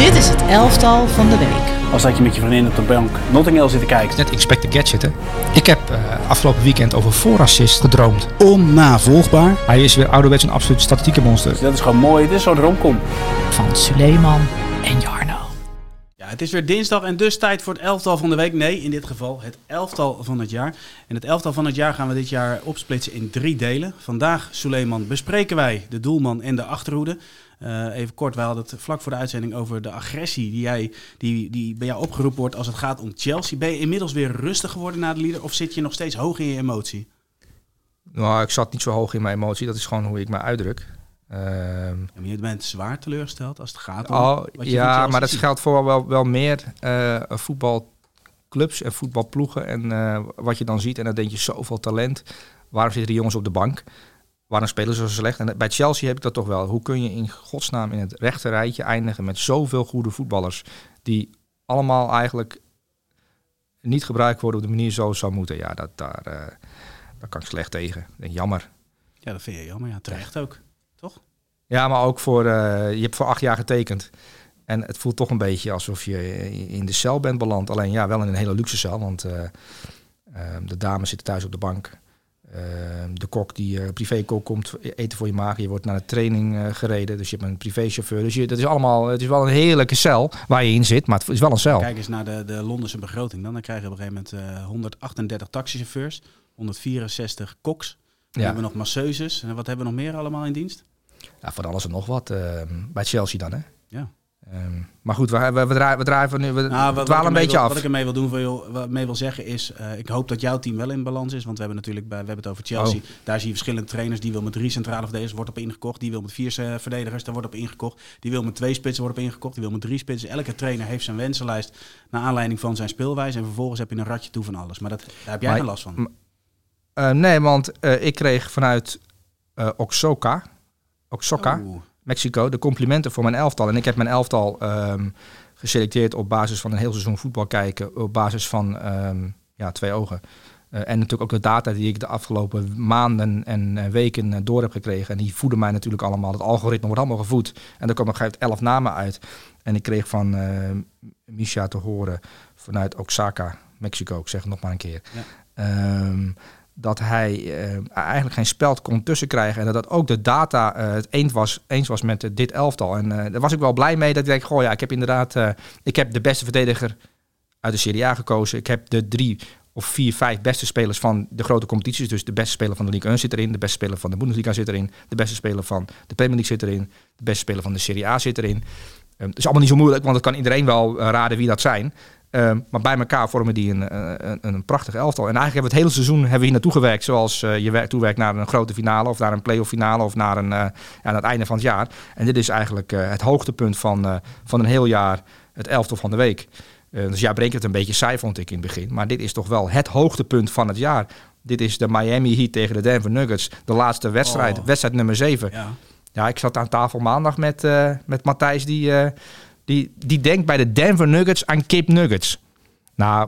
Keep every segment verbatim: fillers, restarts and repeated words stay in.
Dit is het elftal van de week. Als dat je met je vriendin op de bank Notting Hill zit te kijken. Net Inspector Gadget, hè. Ik heb uh, afgelopen weekend over voorassist gedroomd. Onnavolgbaar. Hij is weer ouderwets een absoluut statistieke monster. Dus dat is gewoon mooi. Dit is zo'n romcom. Van Suleiman en Jarno. Ja, het is weer dinsdag en dus tijd voor het elftal van de week. Nee, in dit geval het elftal van het jaar. En het elftal van het jaar gaan we dit jaar opsplitsen in drie delen. Vandaag, Suleiman, bespreken wij de doelman en de achterhoede. Uh, even kort, we hadden het vlak voor de uitzending over de agressie die, jij, die, die bij jou opgeroepen wordt als het gaat om Chelsea. Ben je inmiddels weer rustig geworden na de leader of zit je nog steeds hoog in je emotie? Nou, ik zat niet zo hoog in mijn emotie. Dat is gewoon hoe ik me uitdruk. Uh, ja, maar je bent zwaar teleurgesteld als het gaat om... Oh, wat je ja, maar dat ziet. geldt voor wel, wel meer uh, voetbalclubs en voetbalploegen. En uh, wat je dan ziet, en dan denk je zoveel talent. Waarom zitten die jongens op de bank? Waarom spelen ze zo slecht? En bij Chelsea heb ik dat toch wel. Hoe kun je in godsnaam in het rechte rijtje eindigen met zoveel goede voetballers die allemaal eigenlijk niet gebruikt worden op de manier zoals zou moeten? Ja, dat, daar, uh, daar kan ik slecht tegen. Ik denk, jammer. Ja, dat vind je jammer. Ja, terecht ook. Toch? Ja, maar ook voor... Uh, je hebt voor acht jaar getekend. En het voelt toch een beetje alsof je in de cel bent beland. Alleen ja, wel in een hele luxe cel. Want uh, uh, de dames zitten thuis op de bank. Uh, de kok die uh, privékok komt eten voor je maken. Je wordt naar de training uh, gereden. Dus je hebt een privéchauffeur. Dus je, dat is allemaal, het is wel een heerlijke cel waar je in zit. Maar het is wel een cel. Kijk eens naar de, de Londense begroting. Dan, dan krijg je op een gegeven moment uh, honderdachtendertig taxichauffeurs. honderdvierenzestig koks. Dan Ja. hebben we nog masseuses. En wat hebben we nog meer allemaal in dienst? Ja, van alles en nog wat. Uh, bij Chelsea dan, hè? Ja. Um, maar goed, we, we, we, drijven, we drijven nu, we Nou, wat, dwalen wat een beetje wil, af. Wat ik ermee wil doen, wil, wat ik mee wil zeggen is, uh, ik hoop dat jouw team wel in balans is. Want we hebben natuurlijk, bij, we hebben het over Chelsea. Oh. Daar zie je verschillende trainers. Die wil met drie centrale verdedigers, wordt op ingekocht. Die wil met vier uh, verdedigers, daar wordt op ingekocht. Die wil met twee spitsen, wordt op ingekocht. Die wil met drie spitsen. Elke trainer heeft zijn wensenlijst naar aanleiding van zijn speelwijze. En vervolgens heb je een ratje toe van alles. Maar dat, daar heb jij Maar, geen last van. Uh, nee, want uh, ik kreeg vanuit uh, Oaxaca, Oaxaca Oh. Mexico, de complimenten voor mijn elftal. En ik heb mijn elftal um, geselecteerd op basis van een heel seizoen voetbal kijken. Op basis van um, ja, twee ogen. Uh, en natuurlijk ook de data die ik de afgelopen maanden en uh, weken uh, door heb gekregen. En die voeden mij natuurlijk allemaal. Het algoritme wordt allemaal gevoed. En er komen op een gegeven moment elf namen uit. En ik kreeg van uh, Misha te horen vanuit Oaxaca, Mexico. Ik zeg het nog maar een keer. Ja. Um, dat hij uh, eigenlijk geen speld kon tussen krijgen. En dat, dat ook de data uh, het eens was, eens was met uh, dit elftal. En uh, daar was ik wel blij mee. Dat ik denk, goh ja, ik heb inderdaad... Uh, ik heb de beste verdediger uit de Serie A gekozen. Ik heb de drie of vier, vijf beste spelers van de grote competities. Dus de beste speler van de Ligue één zit erin. De beste speler van de Bundesliga zit erin. De beste speler van de Premier League zit erin. De beste speler van de Serie A zit erin. Um, het is allemaal niet zo moeilijk, want het kan iedereen wel uh, raden wie dat zijn. Um, maar bij elkaar vormen die een, een, een prachtig elftal. En eigenlijk hebben we het hele seizoen hebben we hier naartoe gewerkt. Zoals uh, je werkt, toewerkt naar een grote finale of naar een play-off finale of naar, een, uh, ja, naar het einde van het jaar. En dit is eigenlijk uh, het hoogtepunt van, uh, van een heel jaar, het elftal van de week. Uh, dus ja, breek het een beetje saai, vond ik in het begin. Maar dit is toch wel het hoogtepunt van het jaar. Dit is de Miami Heat tegen de Denver Nuggets. De laatste wedstrijd, oh. wedstrijd nummer zeven. Ja. ja, ik zat aan tafel maandag met, uh, met Matthijs die... Uh, Die, die denkt bij de Denver Nuggets aan Kip Nuggets. Nou,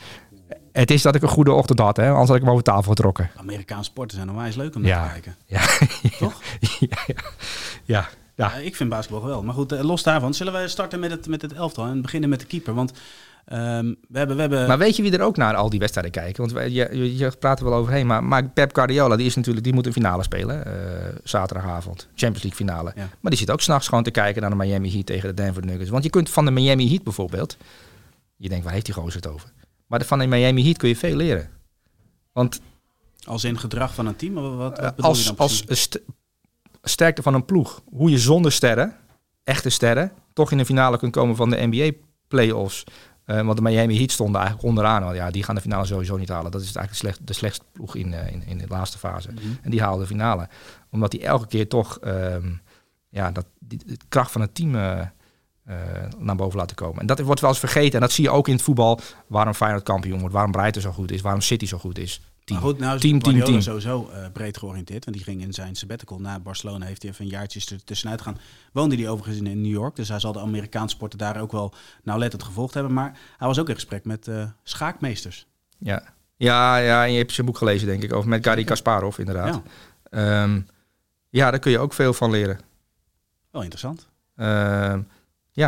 het is dat ik een goede ochtend had, hè? Anders had ik hem over tafel getrokken. Amerikaanse sporten zijn onwijs leuk om naar ja. te kijken. Ja. Toch? ja, ja. ja. ja. Uh, ik vind basketbal geweldig. Maar goed, uh, los daarvan, zullen we starten met het, met het elftal en beginnen met de keeper. Want um, we, hebben, we hebben... Maar weet je wie er ook naar al die wedstrijden kijken? Want we, je, je, je praat er wel overheen. Maar, maar Pep Guardiola, die is natuurlijk, die moet een finale spelen. Uh, zaterdagavond. Champions League finale. Ja. Maar die zit ook s'nachts gewoon te kijken naar de Miami Heat tegen de Denver Nuggets. Want je kunt van de Miami Heat bijvoorbeeld... Je denkt, waar heeft die gozer het over? Maar de, van de Miami Heat kun je veel leren. Want... Als in gedrag van een team? Wat, wat bedoel als, je dan als st- sterkte van een ploeg. Hoe je zonder sterren, echte sterren... toch in de finale kunt komen van de N B A playoffs... Uh, want de Miami Heat stonden eigenlijk onderaan. Want ja, die gaan de finale sowieso niet halen. Dat is eigenlijk slecht, de slechtste ploeg in, uh, in, in de laatste fase. Mm-hmm. En die halen de finale. Omdat die elke keer toch um, ja, dat, die, de kracht van het team uh, uh, naar boven laten komen. En dat wordt wel eens vergeten. En dat zie je ook in het voetbal. Waarom Feyenoord kampioen wordt. Waarom Brighton zo goed is. Waarom City zo goed is. Team. Maar goed, nou is team, team, team. sowieso uh, breed georiënteerd. Want die ging in zijn sabbatical na Barcelona. Heeft hij even een jaartje tussenuit gaan. Woonde hij overigens in New York. Dus hij zal de Amerikaanse sporten daar ook wel nauwlettend gevolgd hebben. Maar hij was ook in gesprek met uh, schaakmeesters. Ja. Ja, ja, en je hebt zijn boek gelezen, denk ik. Over met Garry Kasparov, inderdaad. Ja. Um, ja, daar kun je ook veel van leren. Wel interessant. Uh, ja.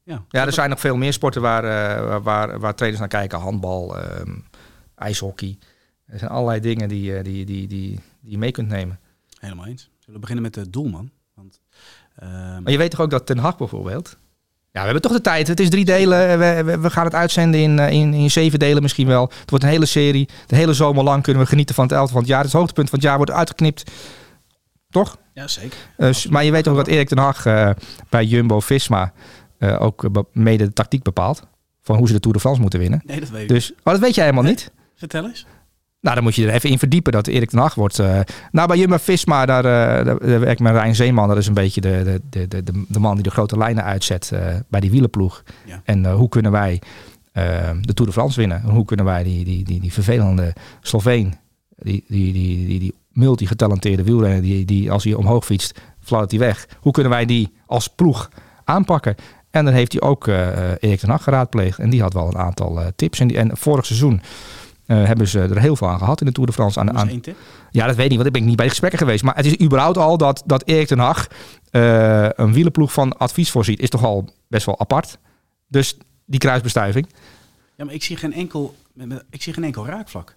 Ja, ja, er zijn nog veel meer sporten waar, uh, waar, waar trainers naar kijken. Handbal, um, ijshockey. Er zijn allerlei dingen die, uh, die, die, die, die je mee kunt nemen. Helemaal eens. Zullen we beginnen met de doelman? Want, uh... Maar je weet toch ook dat Ten Hag bijvoorbeeld... Ja, we hebben toch de tijd. Het is drie delen. We, we, we gaan het uitzenden in, in, in zeven delen misschien wel. Het wordt een hele serie. De hele zomer lang kunnen we genieten van het elftal van het jaar. Het hoogtepunt van het jaar wordt uitgeknipt. Toch? Ja, zeker. Uh, maar je weet ook dat Erik ten Hag uh, bij Jumbo-Visma uh, ook uh, mede de tactiek bepaalt. Van hoe ze de Tour de France moeten winnen. Nee, dat weet ik dus, niet. Oh, dat weet jij helemaal nee? niet. Vertel eens. Nou, dan moet je er even in verdiepen dat Erik ten Hag wordt. Uh, nou, bij Jumbo-Visma, daar, uh, daar, daar werkt met Rijn Zeeman. Dat is een beetje de, de, de, de, de man die de grote lijnen uitzet uh, bij die wielerploeg. Ja. En uh, hoe kunnen wij uh, de Tour de France winnen? Hoe kunnen wij die, die, die, die vervelende Sloveen, die, die, die, die, die multi-getalenteerde wielrenner, die, die als hij omhoog fietst, fladdert hij weg. Hoe kunnen wij die als ploeg aanpakken? En dan heeft hij ook uh, Erik ten Hag geraadpleegd. En die had wel een aantal uh, tips. En, die, en vorig seizoen Uh, hebben ze er heel veel aan gehad in de Tour de France. Aan, aan... één tip? Ja, dat weet ik niet, want ik ben niet bij de gesprekken geweest. Maar het is überhaupt al dat, dat Erik ten Hag uh, een wielerploeg van advies voorziet. Is toch al best wel apart. Dus die kruisbestuiving. Ja, maar ik zie geen enkel, ik zie geen enkel raakvlak.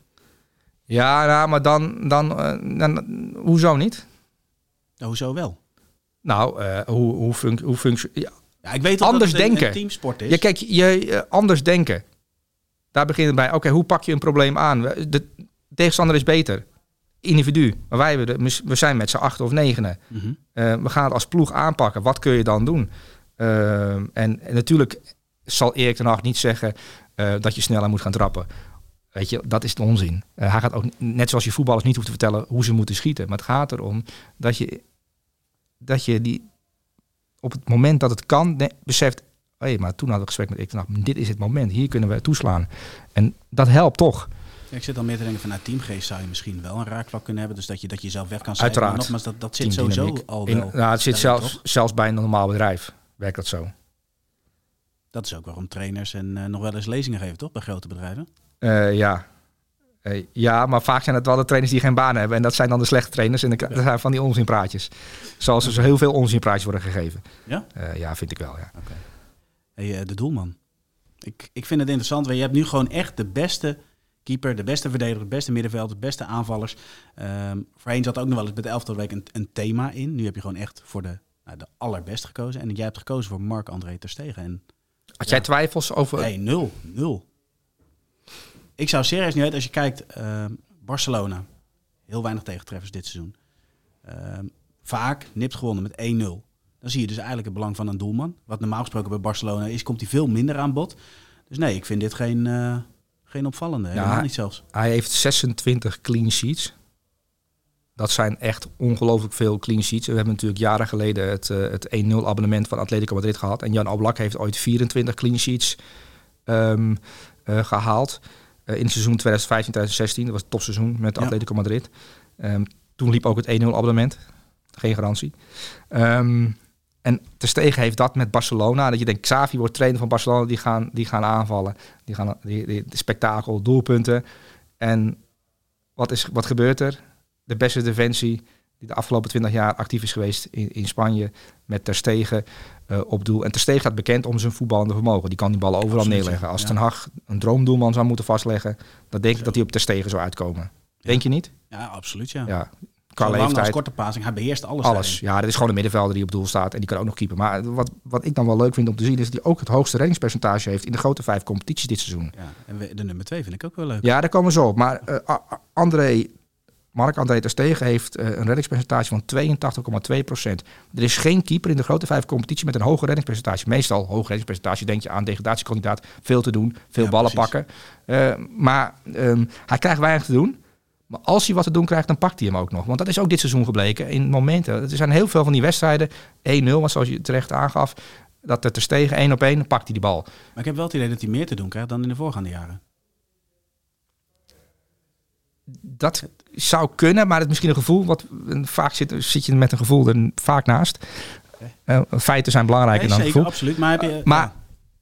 Ja, nou, maar dan, dan, uh, dan hoezo niet? Nou, hoezo wel? Nou, uh, hoe, hoe, func- hoe functioneert... Ja. Ja, ik weet anders dat het denken. Een, een teamsport is. Ja, kijk, je, uh, anders denken. Daar begint het bij. Oké, okay, hoe pak je een probleem aan? De tegenstander is beter. Individu. Maar wij hebben de, we zijn met z'n acht of negenen. Mm-hmm. Uh, we gaan het als ploeg aanpakken. Wat kun je dan doen? Uh, en, en natuurlijk zal Erik ten Hag niet zeggen uh, dat je sneller moet gaan trappen. Weet je, dat is de onzin. Uh, hij gaat ook, net zoals je voetballers niet hoeft te vertellen hoe ze moeten schieten. Maar het gaat erom dat je, dat je die op het moment dat het kan, ne- beseft... Hé, hey, maar toen hadden we gesprek met Erik ten Hag. Dit is het moment. Hier kunnen we toeslaan. En dat helpt toch. Ja, ik zit dan meer te denken van, nou, teamgeest zou je misschien wel een raakvlak kunnen hebben. Dus dat je, dat je zelf weg kan schrijven. Uiteraard. Nogmaals, dat, dat zit sowieso al wel. In, nou, het zit zelfs, zelfs bij een normaal bedrijf. Werkt dat zo. Dat is ook waarom trainers en uh, nog wel eens lezingen geven, toch? Bij grote bedrijven. Uh, ja. Uh, ja, maar vaak zijn het wel de trainers die geen baan hebben. En dat zijn dan de slechte trainers. En dat zijn van die onzinpraatjes. Zoals er zo heel veel onzinpraatjes worden gegeven. Ja? Uh, ja, vind ik wel, ja. Okay. Hey, uh, de doelman. Ik, ik vind het interessant. Je hebt nu gewoon echt de beste keeper, de beste verdediger, de beste middenveld, de beste aanvallers. Um, voorheen zat ook nog wel eens bij de elftal week een, een thema in. Nu heb je gewoon echt voor de, nou, de allerbeste gekozen. En jij hebt gekozen voor Marc-André ter Stegen. En, Had jij ja, twijfels over... Nee, nul. Nul. Ik zou serieus niet weten, als je kijkt, uh, Barcelona. Heel weinig tegentreffers dit seizoen. Uh, vaak nipt gewonnen met één nul. Dan zie je dus eigenlijk het belang van een doelman. Wat normaal gesproken bij Barcelona is, komt hij veel minder aan bod. Dus nee, ik vind dit geen, uh, geen opvallende. Helemaal ja, niet zelfs. Hij heeft zesentwintig clean sheets. Dat zijn echt ongelooflijk veel clean sheets. We hebben natuurlijk jaren geleden het, uh, het één nul abonnement van Atletico Madrid gehad. En Jan Oblak heeft ooit vierentwintig clean sheets um, uh, gehaald. Uh, in het seizoen twintig vijftien twintig zestien. Dat was het topseizoen met ja. Atletico Madrid. Um, toen liep ook het één nul abonnement. Geen garantie. Um, En ter Stegen heeft dat met Barcelona. Dat je denkt, Xavi wordt trainer van Barcelona. Die gaan, die gaan aanvallen. Die gaan die, die, die spektakel, doelpunten. En wat, is, wat gebeurt er? De beste defensie die de afgelopen twintig jaar actief is geweest in, in Spanje. Met Ter Stegen uh, op doel. En Ter Stegen staat bekend om zijn voetballende vermogen. Die kan die ballen overal Absoluut, neerleggen. Als ja. Ten Hag een droomdoelman zou moeten vastleggen. Dan denk Zo. ik dat hij op Ter Stegen zou uitkomen. Ja. Denk je niet? Ja, absoluut ja. ja. Qua leeftijd. Als korte passing, hij beheerst alles. Alles, daarin. ja, dat is gewoon een middenvelder die op doel staat en die kan ook nog keepen. Maar wat, wat ik dan wel leuk vind om te zien is dat hij ook het hoogste reddingspercentage heeft in de grote vijf competities dit seizoen. Ja, en we, de nummer twee vind ik ook wel leuk. Ja, daar komen we zo op. Maar uh, André, Marc-André ter Stegen heeft uh, een reddingspercentage van tweeëntachtig komma twee procent. Er is geen keeper in de grote vijf competitie met een hoger reddingspercentage. Meestal hoog reddingspercentage, denk je aan degradatiekandidaat, veel te doen, veel ja, ballen precies. pakken. Uh, maar um, hij krijgt weinig te doen. Maar als hij wat te doen krijgt, dan pakt hij hem ook nog. Want dat is ook dit seizoen gebleken. In momenten, er zijn heel veel van die wedstrijden. één nul, want zoals je terecht aangaf. Dat er ter Stegen één op één, pakt hij die bal. Maar ik heb wel het idee dat hij meer te doen krijgt dan in de voorgaande jaren. Dat zou kunnen, maar het is misschien een gevoel. Wat, vaak zit, zit je met een gevoel er vaak naast. Uh, feiten zijn belangrijker nee, dan zeker, gevoel. Absoluut, maar heb je... Uh, maar... Ja.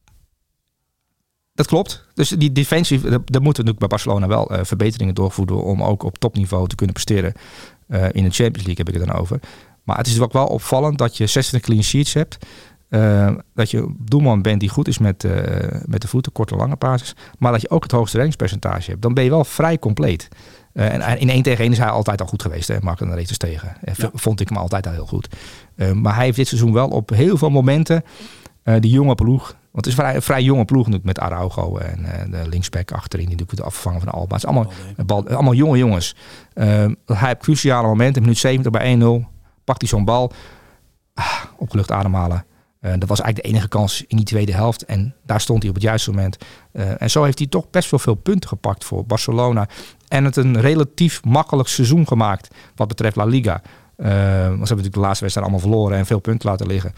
Dat klopt. Dus die defensie, daar moeten natuurlijk bij Barcelona wel uh, verbeteringen doorvoeren om ook op topniveau te kunnen presteren. Uh, in de Champions League heb ik het dan over. Maar het is ook wel opvallend dat je zesentwintig clean sheets hebt. Uh, dat je doelman bent die goed is met, uh, met de voeten, korte lange passes. Maar dat je ook het hoogste reddingspercentage hebt. Dan ben je wel vrij compleet. Uh, en in één tegen één is hij altijd al goed geweest. Hè? Mark en Reeters tegen. Ja. Vond ik hem altijd al heel goed. Uh, maar hij heeft dit seizoen wel op heel veel momenten uh, die jonge ploeg. Want het is een vrij, vrij jonge ploeg natuurlijk met Araujo en uh, de linksback achterin. Die doet de afvangen van de Alba. Het is allemaal, bal, allemaal jonge jongens. Uh, hij heeft cruciale momenten. In minuut zeventig bij één nul. Pakt hij zo'n bal. Ah, opgelucht ademhalen. Uh, dat was eigenlijk de enige kans in die tweede helft. En daar stond hij op het juiste moment. Uh, en zo heeft hij toch best wel veel punten gepakt voor Barcelona. En het een relatief makkelijk seizoen gemaakt wat betreft La Liga. Uh, want ze hebben natuurlijk de laatste wedstrijd allemaal verloren en veel punten laten liggen.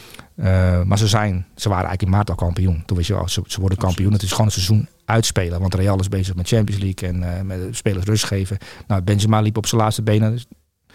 Uh, maar ze, zijn, ze waren eigenlijk in maart al kampioen. Toen wist je wel, ze, ze worden kampioen. Het is gewoon een seizoen uitspelen. Want Real is bezig met Champions League en uh, met spelers rust geven. Nou, Benzema liep op zijn laatste benen. Dus,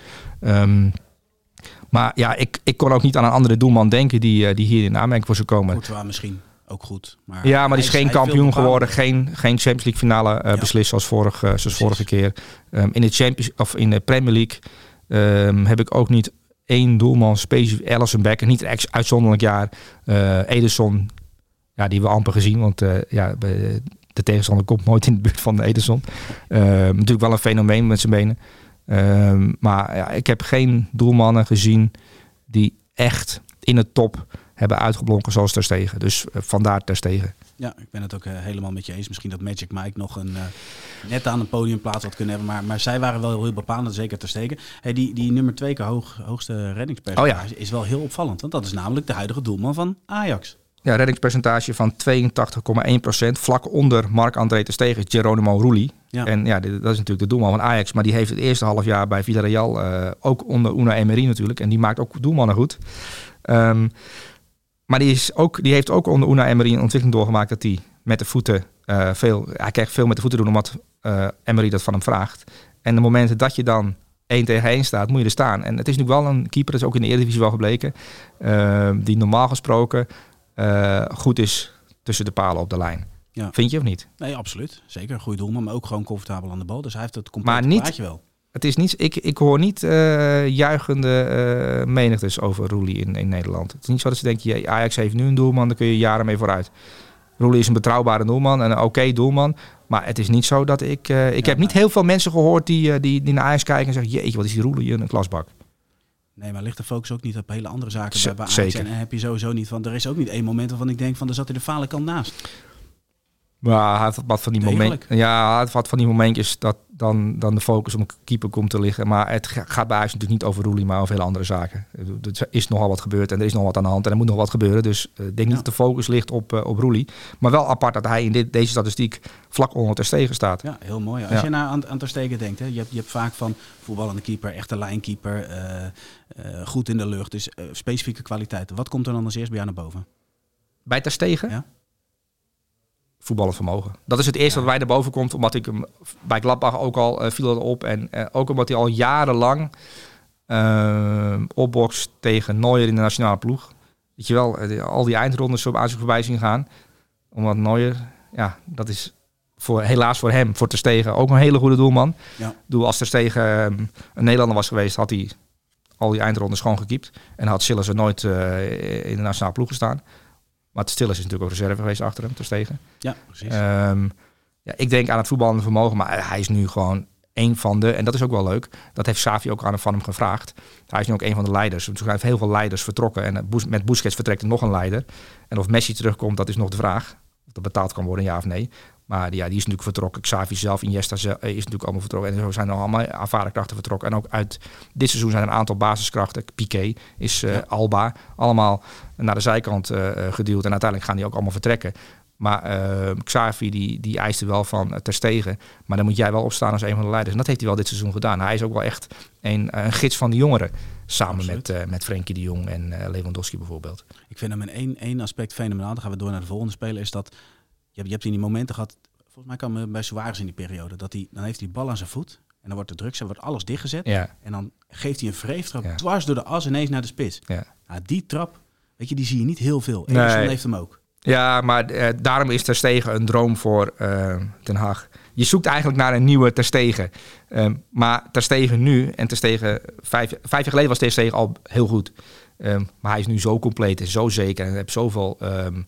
um, maar ja, ik, ik kon ook niet aan een andere doelman denken die, uh, die hier in aanmerking voor zou komen. Courtois misschien ook goed. Maar ja, maar die is geen kampioen geworden. Geen, geen Champions League finale uh, ja. beslist zoals, vorig, uh, zoals vorige keer. Um, in de Champions of in de Premier League um, heb ik ook niet één doelman specifiek. Alisson Becker, niet een uitzonderlijk jaar. Uh, Ederson, ja, die we amper gezien. Want uh, ja, de tegenstander komt nooit in de buurt van Ederson. Uh, natuurlijk wel een fenomeen met zijn benen. Uh, maar ja, ik heb geen doelmannen gezien die echt in de top hebben uitgeblonken zoals Ter Stegen. Dus uh, vandaar Ter Stegen. Ja, ik ben het ook uh, helemaal met je eens. Misschien dat Magic Mike nog een uh, net aan een podiumplaats had kunnen hebben. Maar, maar zij waren wel heel bepalend, zeker Ter Stegen. Hey, die, die nummer twee keer hoog, hoogste reddingspercentage oh ja. is wel heel opvallend. Want dat is namelijk de huidige doelman van Ajax. Ja, reddingspercentage van tweeëntachtig komma één procent. Vlak onder Marc-André Ter Stegen, Geronimo Rulli. Ja. En ja, dat is natuurlijk de doelman van Ajax. Maar die heeft het eerste half jaar bij Villarreal, uh, ook onder Unai Emery natuurlijk. En die maakt ook doelmannen goed. Um, maar die, is ook, die heeft ook onder Unai Emery een ontwikkeling doorgemaakt dat hij met de voeten uh, veel... Hij krijgt veel met de voeten doen omdat uh, Emery dat van hem vraagt. En de momenten dat je dan één tegen één staat, moet je er staan. En het is natuurlijk wel een keeper, dat is ook in de Eredivisie wel gebleken, uh, die normaal gesproken uh, goed is tussen de palen op de lijn. Ja. Vind je of niet? Nee, absoluut. Zeker een goede doelman, maar ook gewoon comfortabel aan de bal. Dus hij heeft het complete plaatje wel. Het is niet, ik, ik hoor niet uh, juichende uh, menigtes over Rulli in, in Nederland. Het is niet zo dat ze denken, ja, Ajax heeft nu een doelman, daar kun je jaren mee vooruit. Rulli is een betrouwbare doelman en een oké okay doelman. Maar het is niet zo dat ik... Uh, ik ja, heb niet heel veel mensen gehoord die, uh, die, die naar Ajax kijken en zeggen, jeetje, wat is die Rulli een klasbak. Nee, maar ligt de focus ook niet op hele andere zaken Z- bij, bij Ajax? En heb je sowieso niet van, er is ook niet één moment waarvan ik denk van, er zat hij de fale kant naast. Ja, hij had wat van die momenten. Ja, hij had wat van die momentjes dat dan, dan de focus op een keeper komt te liggen. Maar het gaat bij Ajax natuurlijk niet over Rulli, maar over hele andere zaken. Er is nogal wat gebeurd en er is nog wat aan de hand en er moet nog wat gebeuren. Dus ik uh, denk ja. niet dat de focus ligt op, uh, op Rulli. Maar wel apart dat hij in dit, deze statistiek vlak onder Ter Stegen staat. Ja, heel mooi. Als ja. je nou aan, aan Ter Stegen denkt, hè, je, hebt, je hebt vaak van voetballende keeper, echte lijnkeeper, uh, uh, goed in de lucht. Dus uh, specifieke kwaliteiten. Wat komt er dan als eerst bij jou naar boven? Bij Ter Stegen? Ja. Voetballend vermogen. Dat is het eerste ja. wat bij naar boven komt, omdat ik hem bij Gladbach ook al uh, viel dat op. En uh, ook omdat hij al jarenlang uh, opbokst tegen Neuer in de nationale ploeg. Weet je wel, uh, al die eindrondes zo aan zich voorbij zien gaan. Omdat Neuer, ja, dat is voor, helaas voor hem, voor Ter Stegen, ook een hele goede doelman. Ja. Doe, als Ter Stegen uh, een Nederlander was geweest, had hij al die eindrondes gewoon gekiept. En had Sillissen nooit uh, in de nationale ploeg gestaan. Maar het Stilles is natuurlijk ook reserve geweest achter hem, Ter Stegen. Ja, precies. Um, ja, ik denk aan het voetballende vermogen, maar hij is nu gewoon een van de... En dat is ook wel leuk. Dat heeft Xavi ook aan van hem gevraagd. Hij is nu ook een van de leiders. Hij heeft heel veel leiders vertrokken. En met Busquets vertrekt er nog een leider. En of Messi terugkomt, dat is nog de vraag. Of dat betaald kan worden, ja of nee. Maar ja, die is natuurlijk vertrokken. Xavi zelf, Iniesta zelf, is natuurlijk allemaal vertrokken. En zo zijn er allemaal ervaren krachten vertrokken. En ook uit dit seizoen zijn er een aantal basiskrachten. Piqué is uh, ja. Alba. Allemaal naar de zijkant uh, geduwd. En uiteindelijk gaan die ook allemaal vertrekken. Maar uh, Xavi die, die eiste wel van uh, Ter Stegen. Maar dan moet jij wel opstaan als een van de leiders. En dat heeft hij wel dit seizoen gedaan. Hij is ook wel echt een, een gids van de jongeren. Samen Absoluut. met, uh, met Frenkie de Jong en uh, Lewandowski bijvoorbeeld. Ik vind hem in één, één aspect fenomenaal. Dan gaan we door naar de volgende speler. Is dat je hebt, je hebt in die momenten gehad. Volgens mij kwam bij Suarez in die periode. Dat hij, dan heeft hij bal aan zijn voet. En dan wordt de druk, dan wordt alles dichtgezet. Ja. En dan geeft hij een vreeftrap ja. dwars door de as ineens naar de spits. Ja. Nou, die trap, weet je, die zie je niet heel veel. Ederson nee. heeft hem ook. Ja, maar uh, daarom is Ter Stegen een droom voor uh, Den Haag. Je zoekt eigenlijk naar een nieuwe Ter Stegen. Um, maar Ter Stegen nu en Ter Stegen... Vijf, vijf jaar geleden was Ter Stegen al heel goed. Um, maar hij is nu zo compleet en zo zeker en heeft zoveel um,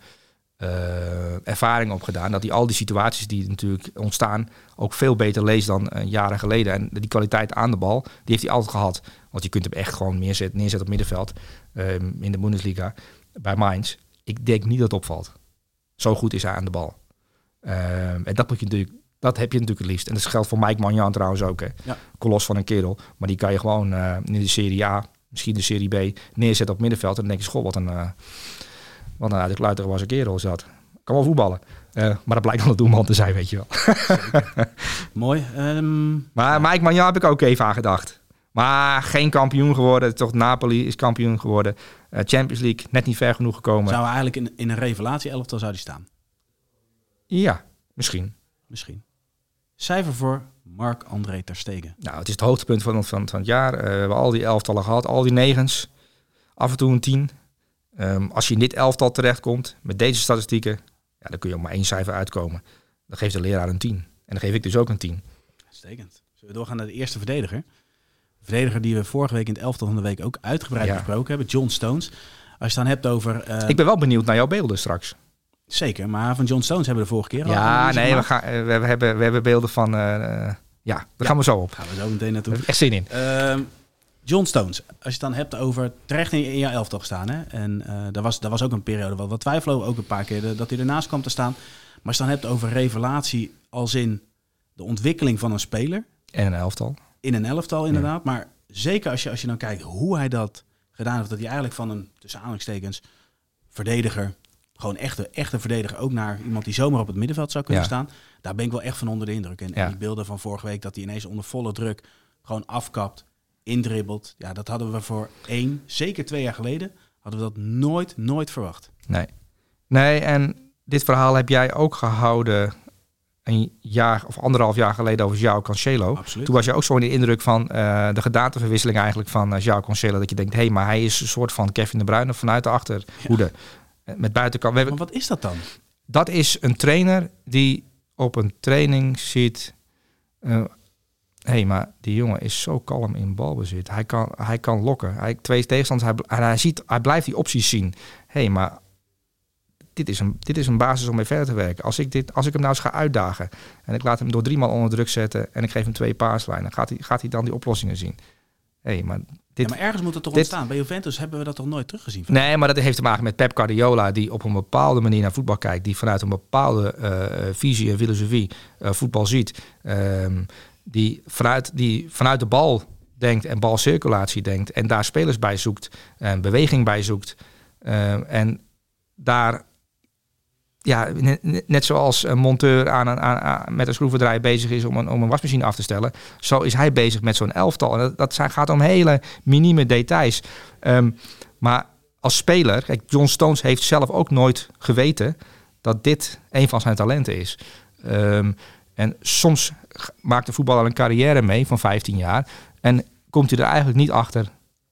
uh, ervaring opgedaan, dat hij al die situaties die natuurlijk ontstaan ook veel beter leest dan uh, jaren geleden. En die kwaliteit aan de bal, die heeft hij altijd gehad. Want je kunt hem echt gewoon neerzetten, neerzetten op middenveld um, in de Bundesliga bij Mainz. Ik denk niet dat het opvalt. Zo goed is hij aan de bal. Um, en dat moet je natuurlijk, dat heb je natuurlijk het liefst. En dat geldt voor Mike Maignan trouwens ook. Hè. Ja. Kolos van een kerel. Maar die kan je gewoon uh, in de Serie A, misschien de Serie B, neerzetten op middenveld. En dan denk je, goh, wat een, uh, wat een uit de kluiter was een kerel is dat. Kan wel voetballen. Uh, maar dat blijkt dan de doelman te zijn, weet je wel. Mooi. Um, maar ja. Mike Maignan heb ik ook even aan gedacht. Maar geen kampioen geworden. Toch Napoli is kampioen geworden. Uh, Champions League, net niet ver genoeg gekomen. Zou eigenlijk in, in een revelatie-elftal zou die staan? Ja, misschien. Misschien. Cijfer voor Marc-André ter Stegen. Nou, het is het hoogtepunt van, van, van het jaar. Uh, we hebben al die elftallen gehad, al die negens. Af en toe een tien. Um, als je in dit elftal terechtkomt, met deze statistieken, ja, dan kun je ook maar één cijfer uitkomen. Dan geeft de leraar een tien. En dan geef ik dus ook een tien. Uitstekend. Zullen we doorgaan naar de eerste verdediger? De verdediger die we vorige week in het elftal van de week ook uitgebreid ja. besproken hebben, John Stones. Als je het dan hebt over... Uh... Ik ben wel benieuwd naar jouw beelden straks. Zeker, maar van John Stones hebben we de vorige keer ja, al nee, we, gaan, we, we, hebben, we hebben beelden van... Uh, ja, daar ja, gaan we zo op. Gaan we zo meteen naartoe. Daar heb ik echt zin in. Uh, John Stones, als je het dan hebt over terecht in, in jouw elftal gestaan. Hè? En uh, daar, was, daar was ook een periode wat, wat twijfelen ook een paar keer de, dat hij ernaast kwam te staan. Maar als je het dan hebt over revelatie als in de ontwikkeling van een speler. En een elftal. In een elftal inderdaad. Ja. Maar zeker als je, als je dan kijkt hoe hij dat gedaan heeft. Dat hij eigenlijk van een, tussen aanhalingstekens, verdediger... Gewoon echte, echte verdediger, ook naar iemand die zomaar op het middenveld zou kunnen ja. staan. Daar ben ik wel echt van onder de indruk. En, ja. en die beelden van vorige week, dat hij ineens onder volle druk gewoon afkapt, indribbelt. Ja, dat hadden we voor één, zeker twee jaar geleden, hadden we dat nooit, nooit verwacht. Nee. Nee, en dit verhaal heb jij ook gehouden een jaar of anderhalf jaar geleden over João Cancelo. Absoluut. Toen was je ook zo in de indruk van uh, de gedaanteverwisseling eigenlijk van uh, João Cancelo. Dat je denkt, hé, hey, maar hij is een soort van Kevin De Bruyne vanuit de achterhoede. Ja. Met buitenkant. We hebben, maar wat is dat dan? Dat is een trainer die op een training ziet... Hé, uh, hey, maar die jongen is zo kalm in balbezit. Hij kan, hij kan lokken. Hij, twee tegenstanders, hij, hij, ziet, hij blijft die opties zien. Hé, hey, maar dit is, een, dit is een basis om mee verder te werken. Als ik, dit, als ik hem nou eens ga uitdagen... en ik laat hem door drie man onder druk zetten... en ik geef hem twee paaslijnen... gaat hij, gaat hij dan die oplossingen zien. Hé, hey, maar... Dit, ja, maar ergens moet het toch dit, ontstaan. Bij Juventus hebben we dat toch nooit teruggezien? Nee, maar dat heeft te maken met Pep Guardiola... die op een bepaalde manier naar voetbal kijkt... die vanuit een bepaalde uh, visie en filosofie uh, voetbal ziet... Um, die, vanuit, die vanuit de bal denkt en balcirculatie denkt... en daar spelers bij zoekt en beweging bij zoekt... Uh, en daar... Ja, net zoals een monteur aan een, aan, aan, met een schroevendraaier bezig is om een, om een wasmachine af te stellen. Zo is hij bezig met zo'n elftal. En dat, dat zijn, gaat om hele minieme details. Um, maar als speler, kijk, John Stones heeft zelf ook nooit geweten dat dit een van zijn talenten is. Um, en soms maakt de voetballer een carrière mee van vijftien jaar. En komt hij er eigenlijk niet achter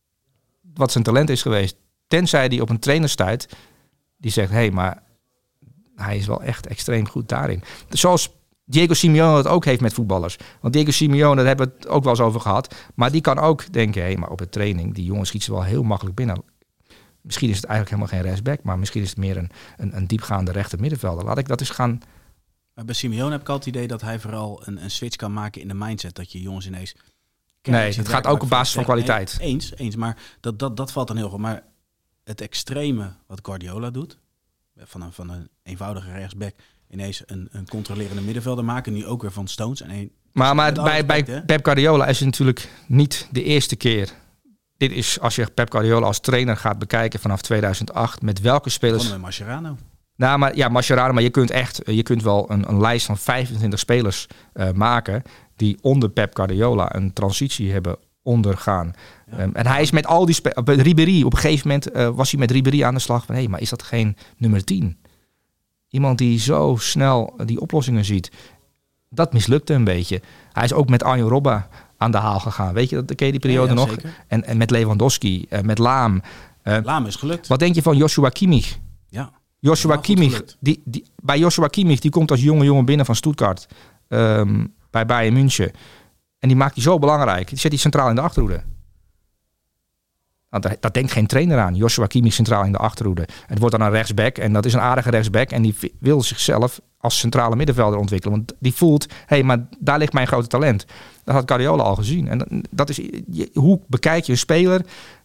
wat zijn talent is geweest. Tenzij hij op een trainer stuit die zegt, hé, hey, maar... hij is wel echt extreem goed daarin. Zoals Diego Simeone het ook heeft met voetballers. Want Diego Simeone, daar hebben we het ook wel eens over gehad. Maar die kan ook denken, hé, hey, maar op de training... die jongen schiet ze wel heel makkelijk binnen. Misschien is het eigenlijk helemaal geen rechtsback... maar misschien is het meer een, een, een diepgaande rechter middenvelder. Laat ik dat eens gaan... Maar bij Simeone heb ik altijd het idee dat hij vooral een, een switch kan maken in de mindset. Dat je jongens ineens... Nee, het gaat ook op basis van kwaliteit. Nee, eens, eens. Maar dat, dat, dat valt dan heel goed. Maar het extreme wat Guardiola doet... Van een, van een eenvoudige rechtsback ineens een, een controlerende middenvelder maken. Nu ook weer van Stones. En een, maar maar bij, respect, bij Pep Guardiola is het natuurlijk niet de eerste keer. Dit is als je Pep Guardiola als trainer gaat bekijken vanaf tweeduizend acht. Met welke spelers... Met Mascherano. Nou, maar, ja, Mascherano. Maar je kunt echt je kunt wel een, een lijst van vijfentwintig spelers uh, maken... die onder Pep Guardiola een transitie hebben ondergaan. Ja. Um, en hij is met al die spelers... Ribéry, op een gegeven moment uh, was hij met Ribéry aan de slag van... hé, hey, maar is dat geen nummer tien? Iemand die zo snel die oplossingen ziet. Dat mislukte een beetje. Hij is ook met Arjen Robben aan de haal gegaan. Weet je, dat ken je die periode ja, ja, nog? En, en met Lewandowski, uh, met Laam. Uh, Laam is gelukt. Wat denk je van Joshua Kimmich? Ja. Joshua Kimmich, die, die, bij Joshua Kimmich, die komt als jonge jongen binnen van Stuttgart. Um, bij Bayern München. En die maakt hij zo belangrijk. Die zet hij centraal in de achterhoede. Want daar, daar denkt geen trainer aan. Joshua Kimmich centraal in de achterhoede. Het wordt dan een rechtsback en dat is een aardige rechtsback. En die wil zichzelf als centrale middenvelder ontwikkelen. Want die voelt, hé, hey, maar daar ligt mijn grote talent. Dat had Guardiola al gezien. En dat, dat is, je, hoe bekijk je een speler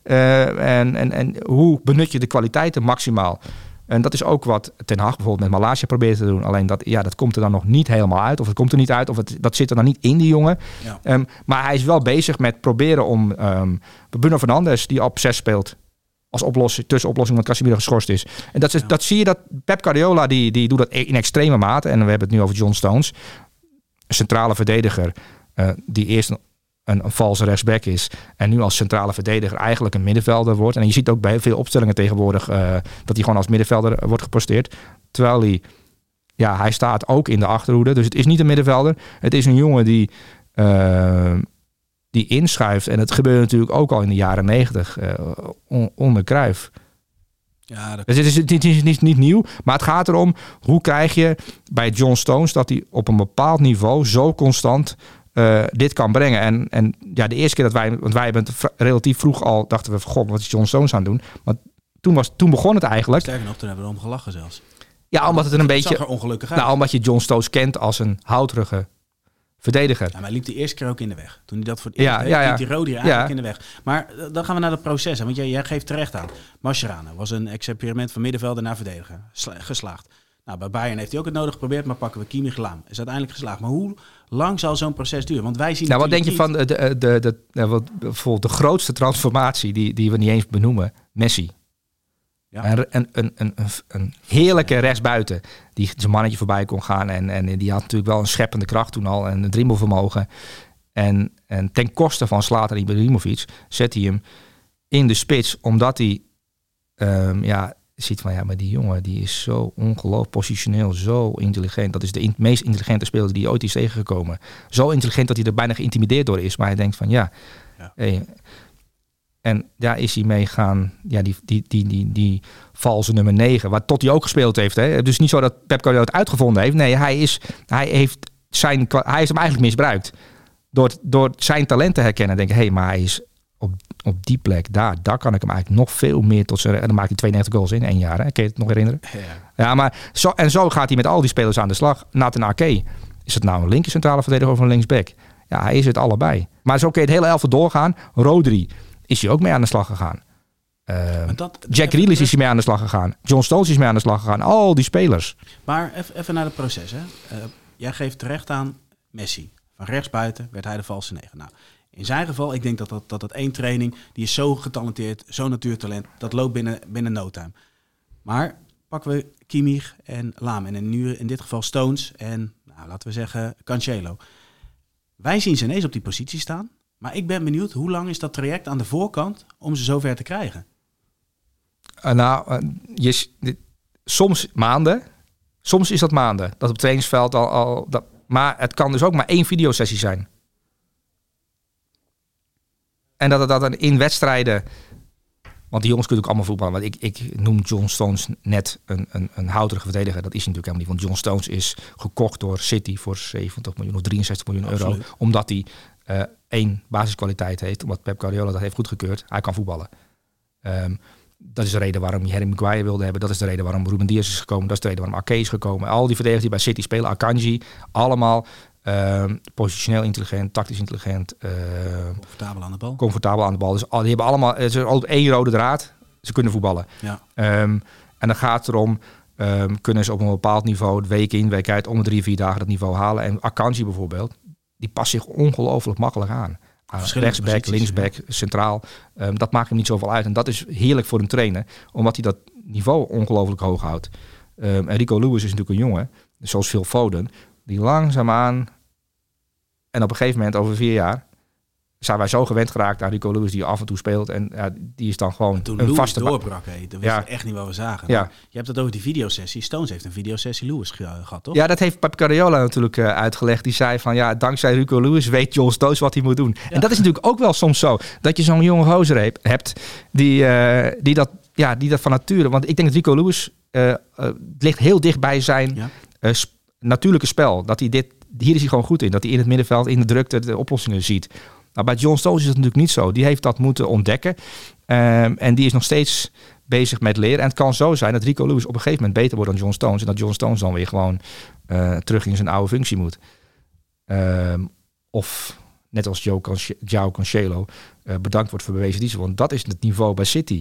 uh, en, en, en hoe benut je de kwaliteiten maximaal? En dat is ook wat Ten Hag bijvoorbeeld met Malacia probeert te doen. Alleen dat, ja, dat komt er dan nog niet helemaal uit. Of het komt er niet uit. Of het, dat zit er dan niet in, die jongen. Ja. Um, maar hij is wel bezig met proberen om um, Bruno Fernandes, die op zes speelt, als oplossing, tussenoplossing, omdat Casemiro geschorst is. En dat, is, ja. dat zie je dat Pep Guardiola, die, die doet dat in extreme mate. En we hebben het nu over John Stones. Een centrale verdediger uh, die eerst een, een, een valse rechtsback is. En nu als centrale verdediger eigenlijk een middenvelder wordt. En je ziet ook bij veel opstellingen tegenwoordig uh, dat hij gewoon als middenvelder wordt geposteerd. Terwijl hij, ja, hij staat ook in de achterhoede. Dus het is niet een middenvelder. Het is een jongen die, uh, die inschuift. En het gebeurde natuurlijk ook al in de jaren negentig uh, on, onder Cruijff. Ja, dat... Dus het is, het is niet, niet, niet nieuw. Maar het gaat erom, hoe krijg je bij John Stones dat hij op een bepaald niveau zo constant Uh, dit kan brengen. En, en ja, de eerste keer dat wij, want wij hebben het v- relatief vroeg al, dachten we van, god, wat is John Stones aan het doen? Maar toen, was, toen begon het eigenlijk. Sterker nog, toen hebben we erom gelachen zelfs. Ja, omdat het er een beetje, zag er ongelukkig uit. Nou, omdat je John Stones kent als een houterige verdediger. Ja, maar hij liep de eerste keer ook in de weg. Toen hij dat voor het eerst ja, deed, ja, ja. liep die Rodi eigenlijk ja. in de weg. Maar uh, dan gaan we naar het proces. Hè, want jij, jij geeft terecht aan. Mascherano was een experiment van middenvelder naar verdediger. Sla- geslaagd. Nou, bij Bayern heeft hij ook het nodig geprobeerd, maar pakken we Kimmich Lahm. Is uiteindelijk geslaagd. Maar hoe lang zal zo'n proces duren? Want wij zien. Nou, wat denk je niet... van de, de, de, de, de, wat, bijvoorbeeld de grootste transformatie die, die we niet eens benoemen? Messi. Ja. Een, een, een, een, een heerlijke ja. rechtsbuiten die zijn mannetje voorbij kon gaan. En, en die had natuurlijk wel een scheppende kracht toen al en een dribbelvermogen. En, en ten koste van Zlatan Ibrahimovic zet hij hem in de spits, omdat hij um, ja, ziet van ja, maar die jongen die is zo ongelooflijk positioneel, zo intelligent. Dat is de in, meest intelligente speler die ooit is tegengekomen. Zo intelligent dat hij er bijna geïntimideerd door is. Maar hij denkt van ja, ja. Hey, en daar is hij mee gaan, ja, die, die, die, die, die valse nummer negen, waar tot hij ook gespeeld heeft. Hè. Dus niet zo dat Pep Guardiola het uitgevonden heeft. Nee, hij is, hij heeft zijn, hij is hem eigenlijk misbruikt. Door, door zijn talent te herkennen. Denk ik, hé, hey, maar hij is op, op die plek, daar, daar kan ik hem eigenlijk nog veel meer tot zijn. En dan maakt hij tweeënnegentig goals in één jaar. Hè. Kun je het nog herinneren? Ja, ja maar zo, en zo gaat hij met al die spelers aan de slag. Nathan Ake, is het nou een linker centrale verdediger of een linksback? Ja, hij is het allebei. Maar zo kun je het hele elftal doorgaan. Rodri is hij ook mee aan de slag gegaan. Uh, dat, Jack Grealish is hij mee aan de slag gegaan. John Stones is mee aan de slag gegaan. Al die spelers. Maar even naar het proces. Hè. Uh, jij geeft terecht aan Messi. Van rechtsbuiten werd hij de valse negen. Nou, in zijn geval, ik denk dat dat, dat dat één training, die is zo getalenteerd, zo natuurtalent, dat loopt binnen, binnen no time. Maar pakken we Kimmich en Lahm en nu in dit geval Stones en, nou, laten we zeggen, Cancelo. Wij zien ze ineens op die positie staan. Maar ik ben benieuwd, hoe lang is dat traject aan de voorkant om ze zover te krijgen? Uh, nou, uh, je, soms maanden. Soms is dat maanden. Dat op het trainingsveld al... al dat, maar het kan dus ook maar één videosessie zijn. En dat het dat in wedstrijden... Want die jongens kunnen ook allemaal voetballen. Want ik, ik noem John Stones net een, een, een houterige verdediger. Dat is hij natuurlijk helemaal niet. Want John Stones is gekocht door City voor zeventig miljoen of drieënzestig miljoen euro. Absoluut. Omdat hij uh, één basiskwaliteit heeft. Omdat Pep Guardiola dat heeft goedgekeurd. Hij kan voetballen. Um, dat is de reden waarom je Harry Maguire wilde hebben. Dat is de reden waarom Ruben Dias is gekomen. Dat is de reden waarom Ake is gekomen. Al die verdedigers die bij City spelen. Akanji. Allemaal uh, positioneel intelligent. Tactisch intelligent. Uh, comfortabel aan de bal. Comfortabel aan de bal. Dus al, die hebben allemaal... Het is altijd één rode draad. Ze kunnen voetballen. Ja. Um, en dan gaat het erom... Um, kunnen ze op een bepaald niveau... week in, week uit... om de drie, vier dagen dat niveau halen. En Akanji bijvoorbeeld... die past zich ongelooflijk makkelijk aan. Uh, rechtsback, linksback, ja. Centraal. Um, dat maakt hem niet zoveel uit. En dat is heerlijk voor een trainer. Omdat hij dat niveau ongelooflijk hoog houdt. Um, en Rico Lewis is natuurlijk een jongen. Zoals Phil Foden. Die langzaamaan... En op een gegeven moment, over vier jaar... zijn wij zo gewend geraakt aan Rico Lewis... die af en toe speelt. En ja, die is dan gewoon toen een Lewis vaste... doorbrak, hé, dat wist ja. echt niet wat we zagen. Ja. Nou, je hebt het over die videosessie. Stones heeft een videosessie Lewis gehad, toch? Ja, dat heeft Pep Guardiola natuurlijk uh, uitgelegd. Die zei van, ja, dankzij Rico Lewis weet John Stones wat hij moet doen. Ja. En dat is natuurlijk ook wel soms zo. Dat je zo'n jonge gozer hebt... die, uh, die, dat, ja, die dat van nature... Want ik denk dat Rico Lewis... Uh, uh, ligt heel dicht bij zijn ja. uh, sp- natuurlijke spel. Dat hij dit... Hier is hij gewoon goed in. Dat hij in het middenveld, in de drukte, de oplossingen ziet. Nou, bij John Stones is dat natuurlijk niet zo. Die heeft dat moeten ontdekken. Um, en die is nog steeds bezig met leren. En het kan zo zijn dat Rico Lewis op een gegeven moment beter wordt dan John Stones. En dat John Stones dan weer gewoon uh, terug in zijn oude functie moet. Um, of net als Joe Conce- João Cancelo uh, bedankt wordt voor bewezen diensten. Want dat is het niveau bij City.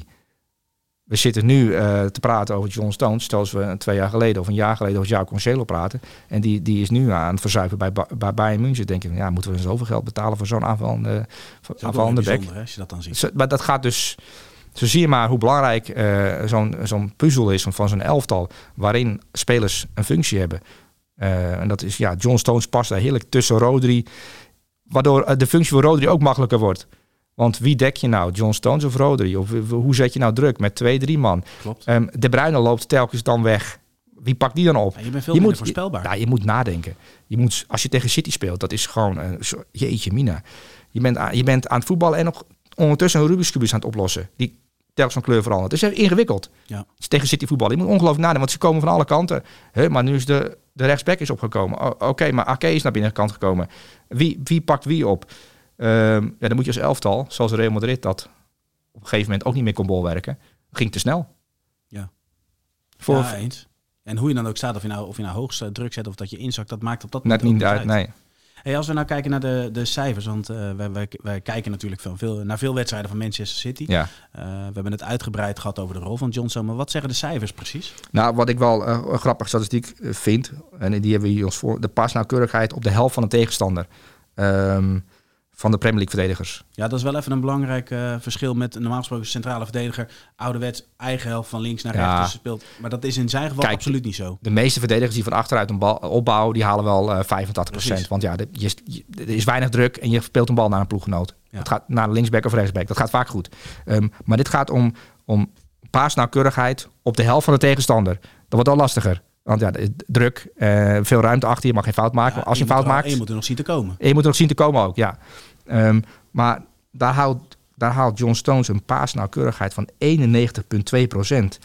We zitten nu uh, te praten over John Stones, zoals we twee jaar geleden of een jaar geleden over João Cancelo praten. En die, die is nu aan het verzuipen bij, bij Bayern München. Denk ik, ja, moeten we zoveel geld betalen voor zo'n aanvallende, aanvallende back? Als je dat dan ziet. Zo, maar dat gaat dus. Zo zie je maar hoe belangrijk uh, zo'n, zo'n puzzel is van zo'n elftal, waarin spelers een functie hebben. Uh, en dat is, ja, John Stones past daar heerlijk tussen Rodri, waardoor uh, de functie voor Rodri ook makkelijker wordt. Want wie dek je nou? John Stones of Rodri? Of hoe zet je nou druk met twee, drie man? Klopt. Um, de Bruyne loopt telkens dan weg. Wie pakt die dan op? Ja, je bent veel je minder moet, voorspelbaar. Je, ja, je moet nadenken. Je moet, als je tegen City speelt, dat is gewoon... Uh, zo, jeetje mina. Je bent, aan, je bent aan het voetballen en nog ondertussen een Rubik's Cube aan het oplossen. Die telkens van kleur verandert. Het is ingewikkeld. Ja. Het is tegen City voetballen. Je moet ongelooflijk nadenken, want ze komen van alle kanten. He, maar nu is de, de rechtsback is opgekomen. Oh, Oké, okay, maar Ake is naar binnenkant gekomen. Wie, wie pakt wie op? Um, ja, dan moet je als elftal, zoals Real Madrid dat op een gegeven moment ook niet meer kon bolwerken, ging te snel. Ja, Voor, ja eens. En hoe je dan ook staat, of je nou, of je nou hoogst uh, druk zet of dat je inzakt, dat maakt op dat net moment niet uit. uit. Nee. Hey, als we nou kijken naar de, de cijfers, want uh, wij, wij, wij kijken natuurlijk veel, veel, naar veel wedstrijden van Manchester City. Ja. Uh, we hebben het uitgebreid gehad over de rol van Johnson, maar wat zeggen de cijfers precies? Nou, wat ik wel uh, een grappige statistiek vind, en die hebben we hier ons voor, de pasnauwkeurigheid op de helft van de tegenstander. Um, van de Premier League verdedigers. Ja, dat is wel even een belangrijk uh, verschil met een normaal gesproken centrale verdediger. Ouderwets eigen helft van links naar rechts ja. dus speelt. Maar dat is in zijn geval Kijk, absoluut niet zo. De meeste verdedigers die van achteruit een bal opbouwen, die halen wel uh, vijfentachtig procent. Precies. Want ja, de, je, je, er is weinig druk en je speelt een bal naar een ploeggenoot. Ja. Het gaat naar de linksback of rechtsback. Dat gaat vaak goed. Um, maar dit gaat om, om paasnauwkeurigheid op de helft van de tegenstander. Dat wordt al lastiger. Want ja, druk, uh, veel ruimte achter je, mag geen fout maken. Ja, Als je een fout er, maakt... En je moet er nog zien te komen. En je moet er nog zien te komen ook, ja. Um, maar daar haalt, daar haalt John Stones een paasnauwkeurigheid van eenennegentig komma twee procent.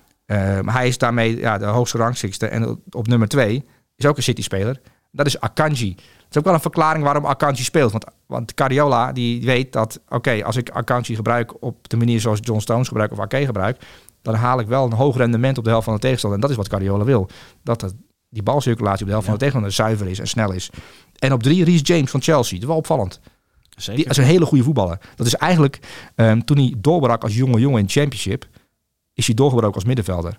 Um, hij is daarmee ja, de hoogste rangschikste. En op nummer twee is ook een City-speler. Dat is Akanji. Dat is ook wel een verklaring waarom Akanji speelt. Want, want Guardiola die weet dat, oké, okay, als ik Akanji gebruik op de manier zoals John Stones gebruikt of Ake gebruik, dan haal ik wel een hoog rendement op de helft van de tegenstander. En dat is wat Guardiola wil. Dat het, die balcirculatie op de helft ja. van de tegenstander zuiver is en snel is. En op drie, Reece James van Chelsea. Dat is wel opvallend. Zeker. Die is een hele goede voetballer. Dat is eigenlijk, um, toen hij doorbrak als jonge jongen in de Championship, is hij doorgebroken als middenvelder.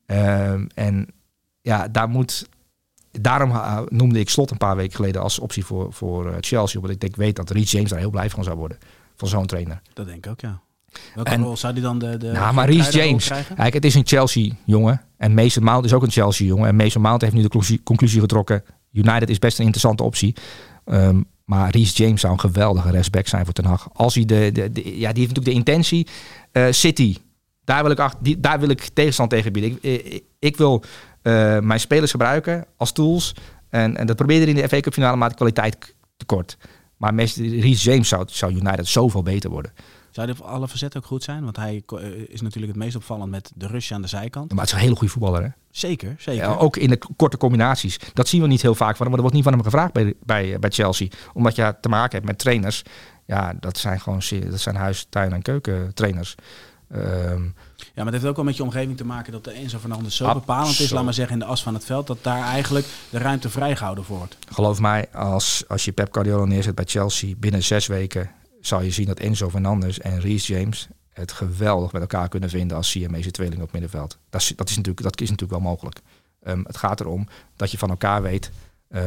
Um, en ja, daar moet... Daarom uh, noemde ik Slot een paar weken geleden als optie voor, voor uh, Chelsea. Omdat ik denk, weet dat Reece James daar heel blij van zou worden. Van zo'n trainer. Dat denk ik ook, ja. Welke en, rol zou die dan de... de nou, maar Reece James, kijk, het is een Chelsea-jongen. En Mason Mount is ook een Chelsea-jongen. En Mason Mount heeft nu de conclusie, conclusie getrokken. United is best een interessante optie. Um, maar Reece James zou een geweldige rechtsback zijn voor Ten Hag. Als hij de, de, de, ja, die heeft natuurlijk de intentie. Uh, City, daar wil ik, achter, die, daar wil ik tegenstand tegen bieden. Ik, ik, ik wil uh, mijn spelers gebruiken als tools. En, en dat probeerde hij in de F A Cup finale, maar de kwaliteit tekort. Maar Reece James zou, zou United zoveel beter worden. Zou hij op alle facetten ook goed zijn? Want hij is natuurlijk het meest opvallend met de rush aan de zijkant. Maar het is een hele goede voetballer, hè? Zeker, zeker. Ja, ook in de korte combinaties. Dat zien we niet heel vaak van hem, maar er wordt niet van hem gevraagd bij, bij, bij Chelsea. Omdat je te maken hebt met trainers. Ja, dat zijn gewoon dat zijn huis, tuin en keuken trainers. Um, ja, maar het heeft ook wel met je omgeving te maken dat de Enzo Fernandez zo bepalend is, laat maar zeggen, in de as van het veld, dat daar eigenlijk de ruimte vrijgehouden wordt. Geloof mij, als, als je Pep Guardiola neerzet bij Chelsea, binnen zes weken zal je zien dat Enzo Fernandez en Reece James het geweldig met elkaar kunnen vinden als Siamese tweeling op middenveld. Dat is, dat is, natuurlijk, dat is natuurlijk wel mogelijk. Um, het gaat erom dat je van elkaar weet uh,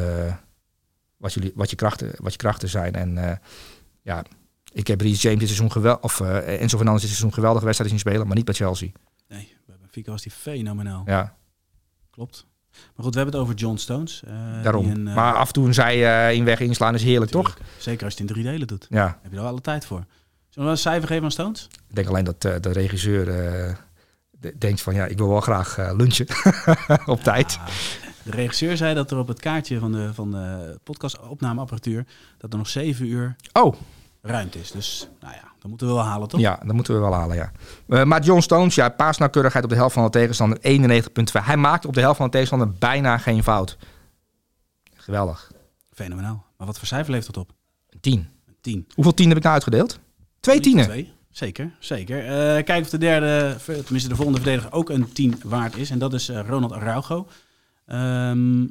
wat, jullie, wat, je krachten, wat je krachten zijn. En uh, ja, ik heb Reece James dit seizoen geweldig, of uh, Enzo Fernandez dit seizoen geweldige wedstrijd zien spelen, maar niet bij Chelsea. Nee, bij Benfica was die fenomenaal. Ja. Klopt. Maar goed, we hebben het over John Stones. Uh, Daarom. Een, uh, maar af en toe een zij uh, in weg inslaan is heerlijk, tuurlijk. toch? Zeker als je het in drie delen doet. Ja. Heb je er wel alle tijd voor. Zullen we wel een cijfer geven aan Stones? Ik denk alleen dat uh, de regisseur uh, de, denkt van ja, ik wil wel graag uh, lunchen op ja, tijd. De regisseur zei dat er op het kaartje van de, van de podcastopnameapparatuur dat er nog zeven uur oh. ruimte is. Dus nou ja, dat moeten we wel halen, toch? Ja, dat moeten we wel halen, ja. Uh, maar John Stones, ja, paasnauwkeurigheid op de helft van de tegenstander, eenennegentig komma twee. Hij maakt op de helft van de tegenstander bijna geen fout. Geweldig. Fenomenaal. Maar wat voor cijfer leeft dat op? Een tien. Een Tien. Hoeveel tien heb ik nou uitgedeeld? Twee tienen. Twee. Zeker, zeker. Uh, kijk of de derde, tenminste de volgende verdediger ook een tien waard is. En dat is uh, Ronald Araujo. Um,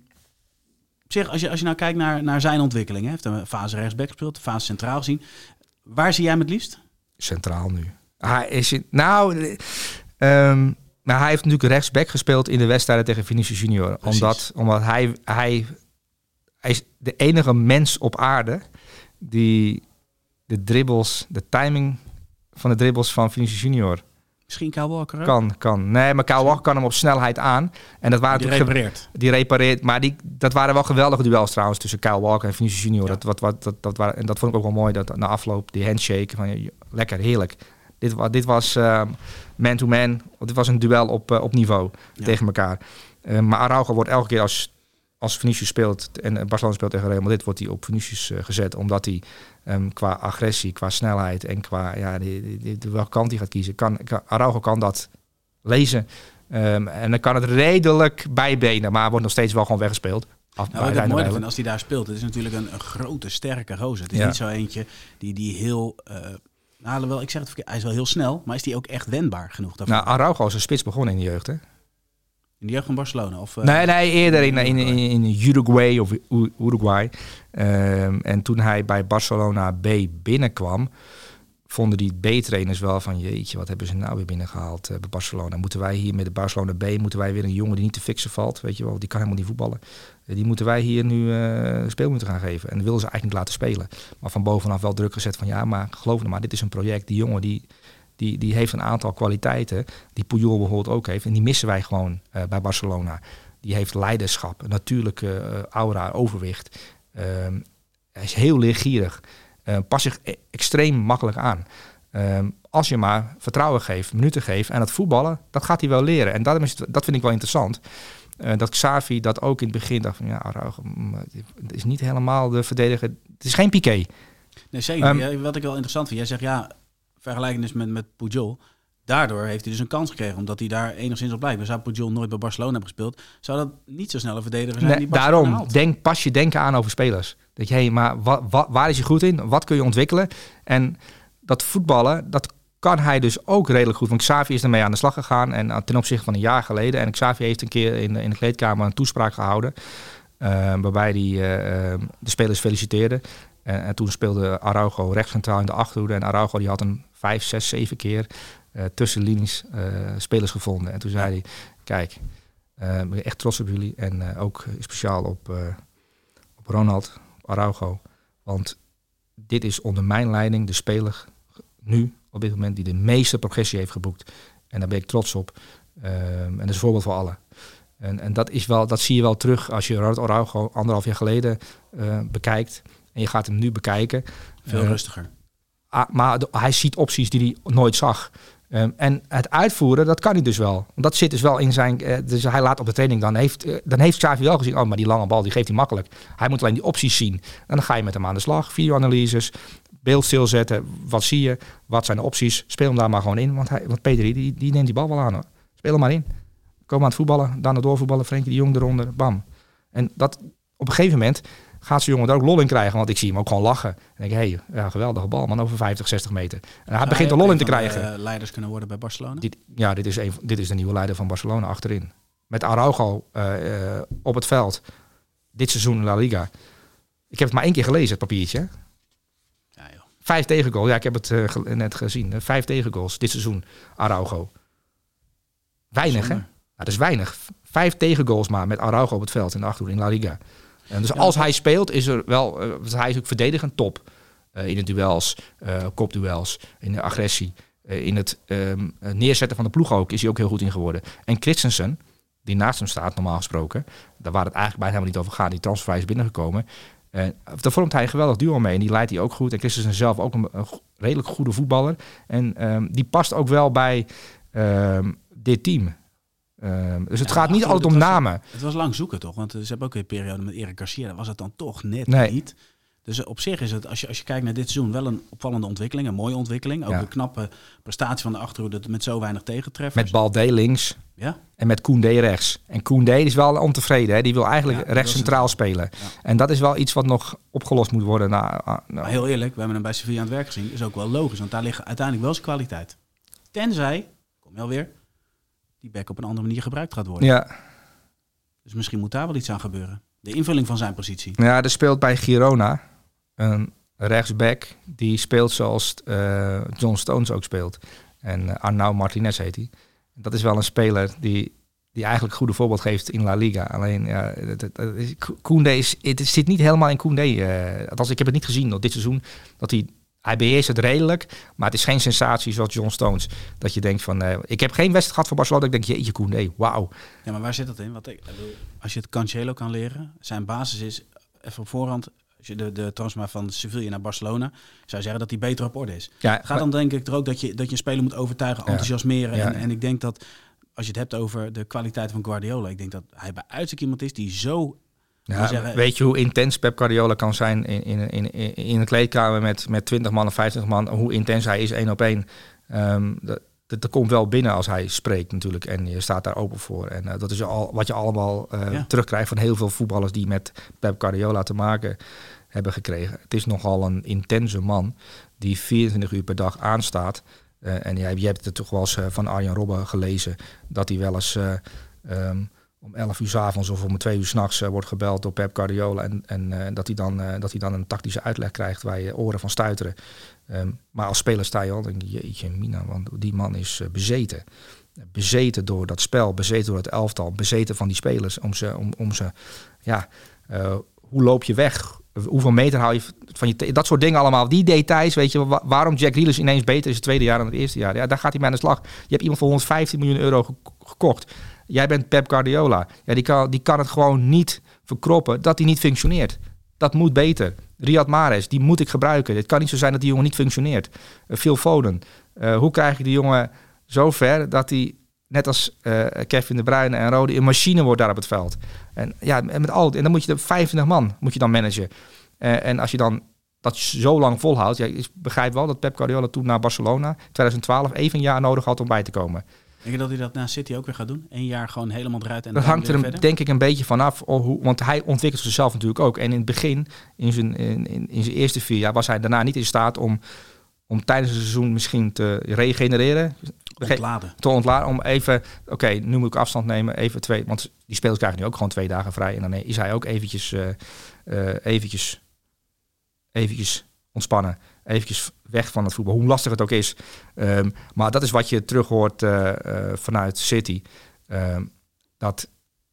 op zich, als je, als je nou kijkt naar, naar zijn ontwikkeling. Hij heeft een fase rechtsback gespeeld, een fase centraal gezien. Waar zie jij hem het liefst? Centraal nu. Hij is in, nou, um, nou, hij heeft natuurlijk rechtsback gespeeld in de wedstrijden tegen Vinicius Junior. Omdat, omdat hij, hij, hij is de enige mens op aarde die de dribbles, de timing van de dribbles van Vinicius Junior misschien Kyle Walker ook? Kan, kan. Nee, maar Kyle Walker kan hem op snelheid aan. En dat waren die repareert. Die repareert. Maar die, dat waren wel geweldige duels trouwens tussen Kyle Walker en Vinicius Junior. Ja. Dat, wat, wat, dat, dat waren, en dat vond ik ook wel mooi, dat na afloop, die handshake. Van, lekker, heerlijk. Dit, dit was uh, man-to-man. Dit was een duel op, uh, op niveau ja. tegen elkaar. Uh, maar Araujo wordt elke keer als, als Vinicius speelt en Barcelona speelt tegen Real Madrid, wordt hij op Vinicius uh, gezet. Omdat hij um, qua agressie, qua snelheid en qua ja, die, die, die, die, welke kant hij gaat kiezen. Kan, kan, Araujo kan dat lezen. Um, en dan kan het redelijk bijbenen, maar wordt nog steeds wel gewoon weggespeeld. Af, nou, wat ik het mooi vind als hij daar speelt, het is natuurlijk een, een grote, sterke gozer. Het is ja. niet zo eentje die, die heel... Uh, nou, wel, ik zeg het verkeerd, hij is wel heel snel, maar is die ook echt wendbaar genoeg daarvoor? Nou, Araujo is een spits begonnen in de jeugd, hè? In de jeugd van Barcelona? Of, uh, nee, nee, eerder in, in, in, in Uruguay of Uruguay. Um, en toen hij bij Barcelona B binnenkwam, vonden die B-trainers wel van, jeetje, wat hebben ze nou weer binnengehaald uh, bij Barcelona? Moeten wij hier met de Barcelona B, moeten wij weer een jongen die niet te fixen valt, weet je wel, die kan helemaal niet voetballen. Uh, die moeten wij hier nu uh, speelminuten gaan geven. En dat wilden ze eigenlijk niet laten spelen. Maar van bovenaf wel druk gezet van, ja, maar geloof me maar, dit is een project. Die jongen, die, die, die heeft een aantal kwaliteiten, die Puyol bijvoorbeeld ook heeft. En die missen wij gewoon uh, bij Barcelona. Die heeft leiderschap, een natuurlijke uh, aura, overwicht. Uh, hij is heel leergierig. Uh, pas zich e- extreem makkelijk aan. Uh, als je maar vertrouwen geeft, minuten geeft en het voetballen, dat gaat hij wel leren. En dat, is, dat vind ik wel interessant. Uh, dat Xavi dat ook in het begin dacht van, ja, Araujo, het is niet helemaal de verdediger. Het is geen Piqué. Nee, zeker. Um, ja, wat ik wel interessant vind, jij zegt ja, vergelijking dus met, met Puyol. Daardoor heeft hij dus een kans gekregen, omdat hij daar enigszins op blijft. Maar zou Puyol nooit bij Barcelona hebben gespeeld, zou dat niet zo snel een verdediger zijn nee, die Barcelona daarom, haalt. Denk, pas je denken aan over spelers. Dat je, hé, maar wa, wa, waar is hij goed in? Wat kun je ontwikkelen? En dat voetballen, dat kan hij dus ook redelijk goed. Want Xavi is ermee aan de slag gegaan en ten opzichte van een jaar geleden. En Xavi heeft een keer in de, in de kleedkamer een toespraak gehouden, uh, waarbij hij uh, de spelers feliciteerde. Uh, en toen speelde Araujo rechtscentraal in de achterhoede. En Araujo die had een vijf, zes, zeven keer uh, tussen linies uh, spelers gevonden. En toen zei hij, kijk, uh, ik ben echt trots op jullie. En uh, ook speciaal op, uh, op Ronald, op Araujo. Want dit is onder mijn leiding de speler nu, op dit moment, die de meeste progressie heeft geboekt. En daar ben ik trots op. Uh, en dat is een voorbeeld voor allen. En, en dat, is wel, dat zie je wel terug als je Ronald Araujo anderhalf jaar geleden uh, bekijkt. En je gaat hem nu bekijken. Veel uh, rustiger. Ah, maar de, hij ziet opties die hij nooit zag. Um, en het uitvoeren, dat kan hij dus wel. Want dat zit dus wel in zijn... Uh, dus hij laat op de training dan... Heeft, uh, dan heeft Xavi wel gezien... Oh, maar die lange bal, die geeft hij makkelijk. Hij moet alleen die opties zien. En dan ga je met hem aan de slag. Videoanalyses. Beeld stilzetten. Wat zie je? Wat zijn de opties? Speel hem daar maar gewoon in. Want, hij, want Pedri, die, die neemt die bal wel aan. Hoor. Speel hem maar in. Kom aan het voetballen. Daarna doorvoetballen. Frenkie de Jong eronder. Bam. En dat op een gegeven moment... gaat zo'n jongen daar ook lol in krijgen. Want ik zie hem ook gewoon lachen. En denk ik, hé, hey, ja, geweldige bal, man, over vijftig, zestig meter. En hij begint er lol in te krijgen. De leiders kunnen worden bij Barcelona? Dit, ja, dit is, een, dit is de nieuwe leider van Barcelona achterin. Met Araujo uh, uh, op het veld. Dit seizoen in La Liga. Ik heb het maar één keer gelezen, het papiertje. Ja, joh. Vijf tegengoals. Ja, ik heb het uh, ge- net gezien. Uh, vijf tegengoals dit seizoen, Araujo. Weinig, Zonde. Hè? Nou, dat is weinig. Vijf tegengoals maar met Araujo op het veld in de achterhoede in La Liga. En dus ja, als hij speelt, is er wel... Uh, hij is ook verdedigend top. Uh, in de duels, uh, kopduels, in de agressie. Uh, in het um, neerzetten van de ploeg ook is hij ook heel goed in geworden. En Christensen, die naast hem staat normaal gesproken... daar waar het eigenlijk bijna helemaal niet over gaat... die transfervrij is binnengekomen... Uh, daar vormt hij een geweldig duo mee. En die leidt hij ook goed. En Christensen zelf ook een, een redelijk goede voetballer. En um, die past ook wel bij um, dit team... Um, dus het ja, gaat niet altijd om het namen. Was, het was lang zoeken toch? Want ze hebben ook een periode met Eric Garcia. Was het dan toch net nee. niet. Dus op zich is het, als je, als je kijkt naar dit seizoen, wel een opvallende ontwikkeling. Een mooie ontwikkeling. Ook Ja. een knappe prestatie van de Achterhoede met zo weinig tegentreffers. Met Balde links Ja? en met Koundé rechts. En Koundé is wel ontevreden. Hè? Die wil eigenlijk Ja, die rechts wil centraal centraal. spelen. Ja. En dat is wel iets wat nog opgelost moet worden. Na, na, Maar heel eerlijk, we hebben hem bij Sevilla aan het werk gezien. Is ook wel logisch, want daar ligt uiteindelijk wel zijn kwaliteit. Tenzij, kom je alweer, die back op een andere manier gebruikt gaat worden. ja. Dus misschien moet daar wel iets aan gebeuren. De invulling van zijn positie. ja, er speelt bij Girona een rechtsback die speelt zoals uh, John Stones ook speelt. En uh, Arnau Martinez heet hij. Dat is wel een speler die, die eigenlijk een goede voorbeeld geeft in La Liga. Alleen, ja, het, het, het is, Koundé is, het zit niet helemaal in Koundé. Uh, althans, ik heb het niet gezien nog dit seizoen. Dat hij, hij beheerst het redelijk, maar het is geen sensatie zoals John Stones. Dat je denkt van, uh, ik heb geen wedstrijd gehad voor Barcelona. Ik denk, jeetje Koundé, wauw. Ja, maar waar zit dat in? Want ik, als je het Cancelo kan leren, zijn basis is, even op voorhand, als je de, de transfer van Sevilla naar Barcelona, zou je zeggen dat hij beter op orde is. Ja, Gaat dan denk ik er ook dat je, dat je een speler moet overtuigen, enthousiasmeren. Ja. En, en ik denk dat, als je het hebt over de kwaliteit van Guardiola, ik denk dat hij bij uitstek iemand is die zo... Ja, zeggen, weet je hoe intens Pep Guardiola kan zijn in, in, in, in een kleedkamer met, met twintig man of vijftig man? Hoe intens hij is, één op één. Um, dat, dat, dat komt wel binnen als hij spreekt natuurlijk. En je staat daar open voor. En uh, dat is al, wat je allemaal uh, ja. terugkrijgt van heel veel voetballers die met Pep Guardiola te maken hebben gekregen. Het is nogal een intense man die vierentwintig uur per dag aanstaat. Uh, en jij, je hebt het toch wel eens uh, van Arjen Robben gelezen. Dat hij wel eens... Uh, um, om elf uur 's avonds of om twee uur 's nachts uh, wordt gebeld door Pep Guardiola. En, en uh, dat, hij dan, uh, dat hij dan een tactische uitleg krijgt waar je oren van stuiteren. Um, maar als speler sta je al, denk je, jeetje mina, want die man is uh, bezeten. Bezeten door dat spel, bezeten door het elftal, bezeten van die spelers. Om ze, om, om ze ja, uh, hoe loop je weg? Hoeveel meter hou je van je... Te- dat soort dingen allemaal. Die details, weet je, wa- waarom Jack Grealish ineens beter is het tweede jaar dan het eerste jaar. Ja, daar gaat hij mee aan de slag. Je hebt iemand voor honderdvijftien miljoen euro ge- gekocht. Jij bent Pep Guardiola. Ja, die kan, die kan het gewoon niet verkroppen dat hij niet functioneert. Dat moet beter. Riyad Mahrez, die moet ik gebruiken. Het kan niet zo zijn dat die jongen niet functioneert. Uh, Phil Foden. Uh, hoe krijg je die jongen zo ver dat hij, net als uh, Kevin De Bruyne en Rode, een machine wordt daar op het veld. En ja, met al, en dan moet je de vijfentwintig man moet je dan managen. Uh, en als je dan dat zo lang volhoudt, ja, ik begrijp wel dat Pep Guardiola toen naar Barcelona twintig twaalf even een jaar nodig had om bij te komen. Denk je dat hij dat na City ook weer gaat doen? Eén jaar gewoon helemaal eruit en dat dan hangt er weer een, verder? denk ik een beetje vanaf, hoe, want hij ontwikkelt zichzelf natuurlijk ook. En in het begin, in zijn, in, in, in zijn eerste vier jaar, was hij daarna niet in staat om, om tijdens het seizoen misschien te regenereren. Ontladen. Te ontladen, om even, oké, okay, nu moet ik afstand nemen, even twee, want die spelers krijgen nu ook gewoon twee dagen vrij. En dan is hij ook eventjes, uh, uh, eventjes, eventjes ontspannen. Eventjes weg van het voetbal, hoe lastig het ook is. Um, maar dat is wat je terug hoort uh, uh, vanuit City. Um, dat,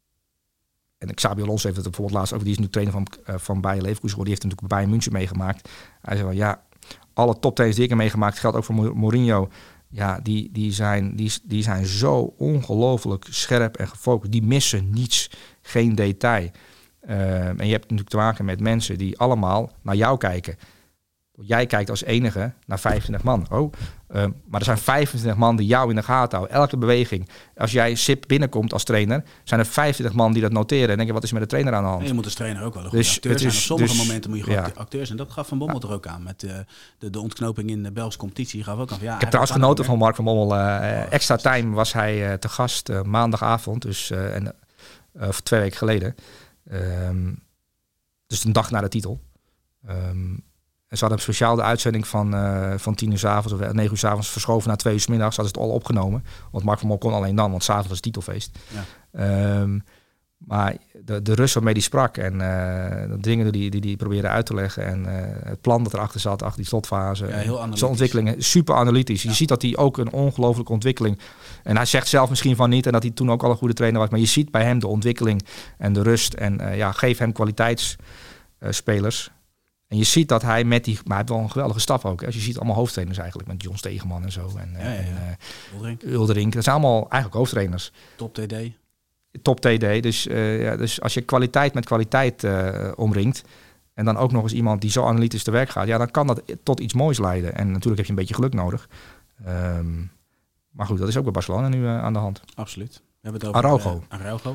en Xabi Alonso heeft het bijvoorbeeld laatst ook, die is nu trainer van, uh, van Bayer Leverkusen, die heeft natuurlijk bij Bayern München meegemaakt. Hij zei van ja, alle toptrainers die ik heb meegemaakt, geldt ook voor Mourinho. Ja, die, die, zijn, die, die zijn zo ongelooflijk scherp en gefocust. Die missen niets, geen detail. Uh, en je hebt natuurlijk te maken met mensen die allemaal naar jou kijken. Jij kijkt als enige naar vijfentwintig man. Oh, uh, maar er zijn vijfentwintig man die jou in de gaten houden. Elke beweging. Als jij S I P binnenkomt als trainer, zijn er vijfentwintig man die dat noteren. En denken, wat is met de trainer aan de hand? En je moet als trainer ook wel een goede dus, acteur zijn. Is, op sommige dus, momenten moet je gewoon ja. acteur zijn. Dat gaf Van Bommel ja. er ook aan. Met uh, de, de ontknoping in de Belgische competitie gaf ook aan. Ja, ik heb trouwens genoten van Mark van Bommel. Uh, oh, extra time was hij uh, te gast uh, maandagavond. Dus uh, en, uh, twee weken geleden. Um, dus een dag na de titel. Um, En ze hadden speciaal de uitzending van, uh, van tien uur 's avonds of negen uur 's avonds verschoven naar twee uur 's middags. Hadden ze het al opgenomen. Want Mark van Mol kon alleen dan, want 's avonds was het titelfeest. Ja. Um, maar de, de rust waarmee die sprak en uh, de dingen die hij die, die probeerde uit te leggen. En uh, het plan dat erachter zat, achter die slotfase. Ja, heel analytisch. Zijn ontwikkelingen, super analytisch. Ja. Je ziet dat hij ook een ongelooflijke ontwikkeling. En hij zegt zelf misschien van niet en dat hij toen ook al een goede trainer was. Maar je ziet bij hem de ontwikkeling en de rust. En uh, ja, geef hem kwaliteitsspelers. Uh, En je ziet dat hij met die... Maar hij heeft wel een geweldige staf ook. Als je ziet allemaal hoofdtrainers eigenlijk. Met John Stegeman en zo. En, ja, ja, ja. en uh, Uldering. Uldering. Dat zijn allemaal eigenlijk hoofdtrainers. Top T D. Top T D. Dus, uh, ja, dus als je kwaliteit met kwaliteit uh, omringt... en dan ook nog eens iemand die zo analytisch te werk gaat... ja, dan kan dat tot iets moois leiden. En natuurlijk heb je een beetje geluk nodig. Um, maar goed, dat is ook bij Barcelona nu uh, aan de hand. Absoluut. We hebben het over Araujo. Uh, Araujo.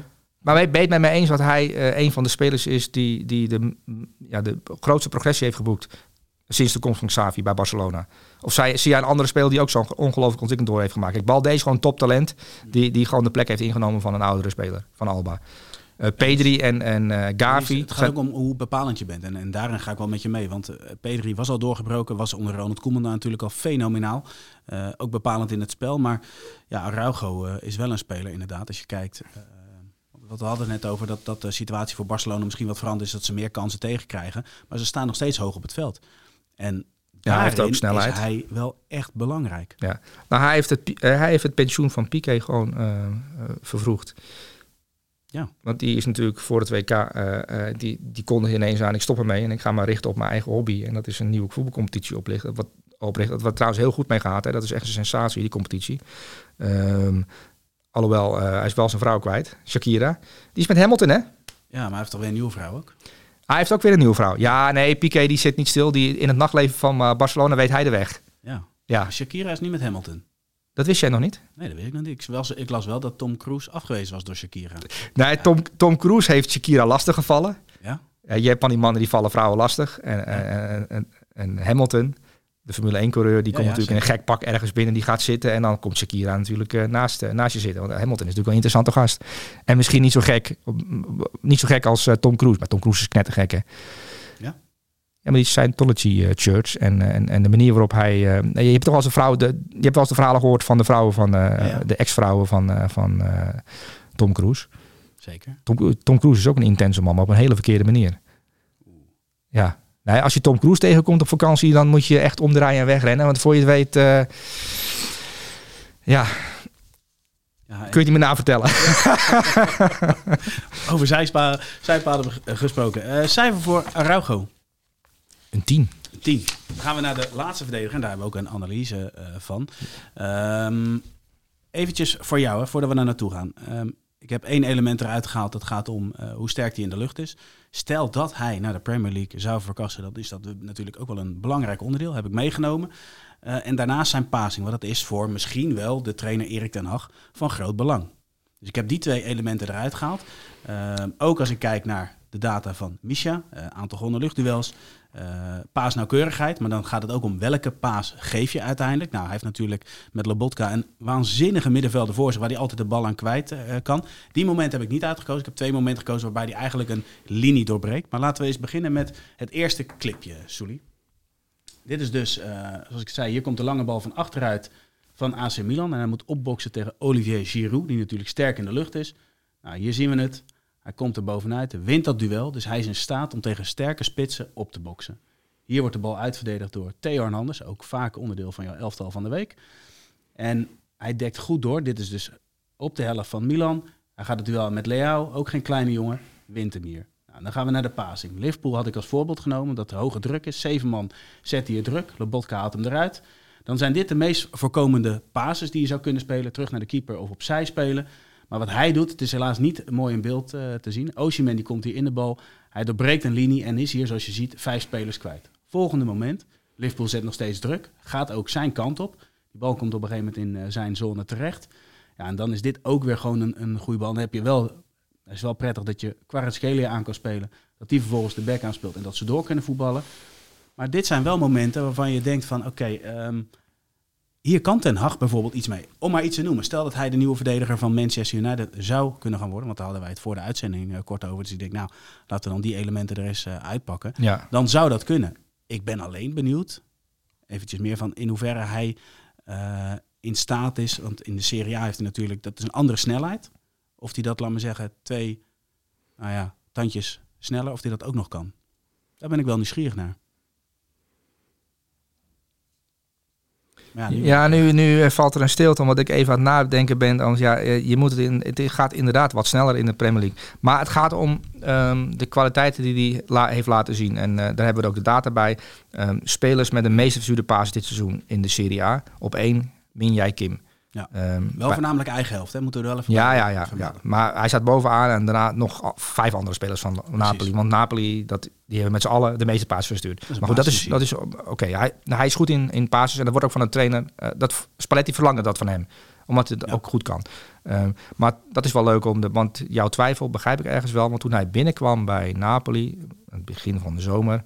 Maar ben je het met mij eens dat hij uh, een van de spelers is die, die de, ja, de grootste progressie heeft geboekt sinds de komst van Xavi bij Barcelona? Of zie, zie jij een andere speler die ook zo'n ongelooflijk ontwikkeling door heeft gemaakt? Ik Balde is gewoon toptalent die, die gewoon de plek heeft ingenomen van een oudere speler, van Alba. Uh, Pedri en, en uh, Gavi. Het gaat ook om hoe bepalend je bent. En, en daarin ga ik wel met je mee. Want uh, Pedri was al doorgebroken. Was onder Ronald Koeman natuurlijk al fenomenaal. Uh, ook bepalend in het spel. Maar ja, Araujo uh, is wel een speler inderdaad. Als je kijkt... Uh, wat we hadden het net over dat, dat de situatie voor Barcelona misschien wat veranderd is. Dat ze meer kansen tegenkrijgen. Maar ze staan nog steeds hoog op het veld. En ja, hij heeft ook snelheid. Is hij wel echt belangrijk. Ja. Nou, hij heeft het, uh, hij heeft het pensioen van Piqué gewoon uh, uh, vervroegd. Ja. Want die is natuurlijk voor het W K, uh, uh, die, die kondigde ineens aan, ik stop ermee en ik ga maar richten op mijn eigen hobby. En dat is een nieuwe voetbalcompetitie oplichten. Wat, oprichten. Dat wat trouwens heel goed mee gaat. Hè. Dat is echt een sensatie, die competitie. Um, alhoewel, uh, hij is wel zijn vrouw kwijt, Shakira. Die is met Hamilton, hè? Ja, maar hij heeft toch weer een nieuwe vrouw ook? Hij heeft ook weer een nieuwe vrouw. Ja, nee, Piqué die zit niet stil. Die, in het nachtleven van uh, Barcelona weet hij de weg. Ja. ja, Shakira is niet met Hamilton. Dat wist jij nog niet? Nee, dat weet ik nog niet. Ik, wel, ik las wel dat Tom Cruise afgewezen was door Shakira. Nee, ja. Tom, Tom Cruise heeft Shakira lastig gevallen. Ja? Uh, je hebt van die mannen die vallen vrouwen lastig. En, ja. en, en, en Hamilton, de Formule één-coureur, die ja, komt ja, natuurlijk zeker. in een gek pak ergens binnen. Die gaat zitten en dan komt Shakira natuurlijk uh, naast, uh, naast je zitten. Want Hamilton is natuurlijk wel een interessante gast. En misschien niet zo gek, niet zo gek als uh, Tom Cruise. Maar Tom Cruise is knettergek, hè? Ja. Ja, maar die Scientology uh, Church en, en, en de manier waarop hij... Uh, je hebt toch wel eens de vrouw, de, je hebt wel eens de verhalen gehoord van de vrouwen van uh, ja, ja. de ex-vrouwen van, uh, van uh, Tom Cruise. Zeker. Tom, Tom Cruise is ook een intense man, maar op een hele verkeerde manier. Ja. Nee, als je Tom Cruise tegenkomt op vakantie, dan moet je echt omdraaien en wegrennen. Want voor je het weet, uh, ja, ja, kun je het niet meer navertellen. Over zijpaden, zijpaden gesproken. Uh, cijfer voor Araujo. Een tien. Een tien. Dan gaan we naar de laatste verdediger. En daar hebben we ook een analyse uh, van. Um, eventjes voor jou, hè, voordat we naar naartoe gaan. Um, ik heb één element eruit gehaald. Dat gaat om uh, hoe sterk hij in de lucht is. Stel dat hij naar de Premier League zou verkassen. Dan is dat natuurlijk ook wel een belangrijk onderdeel. Heb ik meegenomen. Uh, en daarnaast zijn passing. Wat dat is voor misschien wel de trainer Erik ten Hag van groot belang. Dus ik heb die twee elementen eruit gehaald. Uh, ook als ik kijk naar de data van Misha. Uh, aantal gewonnen luchtduels. Uh, paasnauwkeurigheid, maar dan gaat het ook om welke paas geef je uiteindelijk. Nou, hij heeft natuurlijk met Lobotka een waanzinnige middenvelder voor zich, waar hij altijd de bal aan kwijt uh, kan. Die moment heb ik niet uitgekozen. Ik heb twee momenten gekozen waarbij hij eigenlijk een linie doorbreekt. Maar laten we eens beginnen met het eerste clipje, Soelie. Dit is dus, uh, zoals ik zei, hier komt de lange bal van achteruit van A C Milan. En hij moet opboksen tegen Olivier Giroud, die natuurlijk sterk in de lucht is. Nou, hier zien we het. Hij komt er bovenuit, wint dat duel. Dus hij is in staat om tegen sterke spitsen op te boksen. Hier wordt de bal uitverdedigd door Theo Hernandez. Ook vaak onderdeel van jouw elftal van de week. En hij dekt goed door. Dit is dus op de helft van Milan. Hij gaat het duel met Leao. Ook geen kleine jongen. Wint hem hier. Nou, dan gaan we naar de passing. Liverpool had ik als voorbeeld genomen. Dat er hoge druk is. Zeven man zet hier druk. Lobotka haalt hem eruit. Dan zijn dit de meest voorkomende passes die je zou kunnen spelen. Terug naar de keeper of opzij spelen. Maar wat hij doet, het is helaas niet mooi in beeld uh, te zien. Osimhen die komt hier in de bal. Hij doorbreekt een linie en is hier, zoals je ziet, vijf spelers kwijt. Volgende moment. Liverpool zet nog steeds druk. Gaat ook zijn kant op. Die bal komt op een gegeven moment in uh, zijn zone terecht. Ja, en dan is dit ook weer gewoon een, een goede bal. Dan heb je wel, het is wel prettig dat je Kvaratskhelia aan kan spelen. Dat die vervolgens de back aanspeelt en dat ze door kunnen voetballen. Maar dit zijn wel momenten waarvan je denkt van, oké... Okay, um, hier kan Ten Hag bijvoorbeeld iets mee. Om maar iets te noemen. Stel dat hij de nieuwe verdediger van Manchester United zou kunnen gaan worden. Want daar hadden wij het voor de uitzending uh, kort over. Dus ik denk, nou, laten we dan die elementen er eens uh, uitpakken. Ja. Dan zou dat kunnen. Ik ben alleen benieuwd, eventjes meer van in hoeverre hij uh, in staat is. Want in de Serie A heeft hij natuurlijk, dat is een andere snelheid. Of hij dat, laat maar zeggen, twee nou ja, tandjes sneller. Of hij dat ook nog kan. Daar ben ik wel nieuwsgierig naar. Ja, nu, ja, nu, nu valt er een stilte omdat ik even aan het nadenken ben. Anders, ja, je moet het, in, het gaat inderdaad wat sneller in de Premier League. Maar het gaat om um, de kwaliteiten die hij la, heeft laten zien. En uh, daar hebben we ook de data bij. Um, spelers met de meeste verzuurde passes dit seizoen in de Serie A. Op één, Min Jae Kim. Ja. Um, wel bij, voornamelijk eigen helft, hè? Moeten we er wel even ja, ja, ja, ja. Maar hij staat bovenaan en daarna nog vijf andere spelers van Precies. Napoli. Want Napoli, dat, die hebben met z'n allen de meeste passes verstuurd. Maar goed, dat is, dat is oké. Okay. Hij, hij is goed in, in passes en dat wordt ook van de trainer. Uh, dat, Spalletti verlangde dat van hem. Omdat het Ja. ook goed kan. Um, maar dat is wel leuk, om de, want jouw twijfel begrijp ik ergens wel. Want toen hij binnenkwam bij Napoli, aan het begin van de zomer...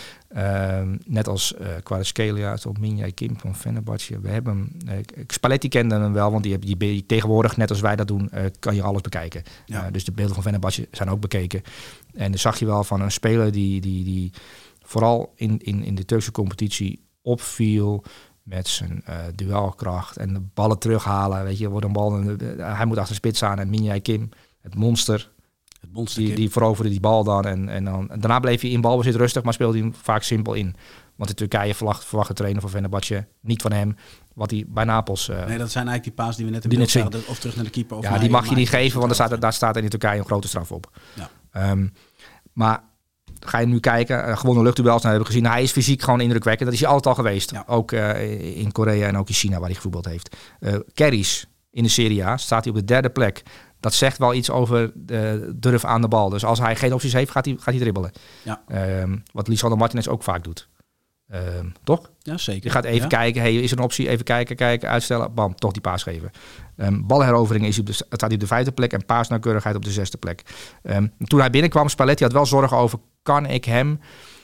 Um, net als uh, Kvaratskhelia, zo Min-Jae Kim van Fenerbahce. We hebben uh, Spalletti kende hem wel, want die, die, die tegenwoordig, net als wij dat doen, uh, kan je alles bekijken. Ja. Uh, dus de beelden van Fenerbahce zijn ook bekeken. En dan zag je wel van een speler die, die, die vooral in, in, in de Turkse competitie opviel met zijn uh, duelkracht en de ballen terughalen. Weet je, wordt een bal, uh, hij moet achter de spits aan en Min-Jae Kim, het monster. Die, die veroverde die bal dan. En, en dan en daarna bleef hij in balbezit rustig, maar speelde hij hem vaak simpel in. Want in Turkije verwacht, verwacht de trainer van Fenerbahce niet van hem wat hij bij Napels... Uh, nee, dat zijn eigenlijk die paas die we net in die beeld net zagen. Of terug naar de keeper. Of ja, mij, die mag je niet mij, geven, want daar staat, daar staat in Turkije een grote straf op. Ja. Um, maar ga je nu kijken, uh, gewonnen luchtduels, nou hebben we gezien, hij is fysiek gewoon indrukwekkend. Dat is hij altijd al geweest. Ja. Ook uh, in Korea en ook in China, waar hij gevoetbald heeft. Uh, carries in de Serie A staat hij op de derde plek. Dat zegt wel iets over de durf aan de bal. Dus als hij geen opties heeft, gaat hij, gaat hij dribbelen. Ja. Um, wat Lisandro Martinez ook vaak doet. Um, toch? Ja, zeker. Je gaat even ja. kijken, hey, is er een optie? Even kijken, kijken, uitstellen. Bam, toch die paas geven. Um, balherovering is hij op de, staat hij op de vijfde plek en paasnauwkeurigheid op de zesde plek. Um, toen hij binnenkwam, Spalletti had wel zorgen over, kan ik hem...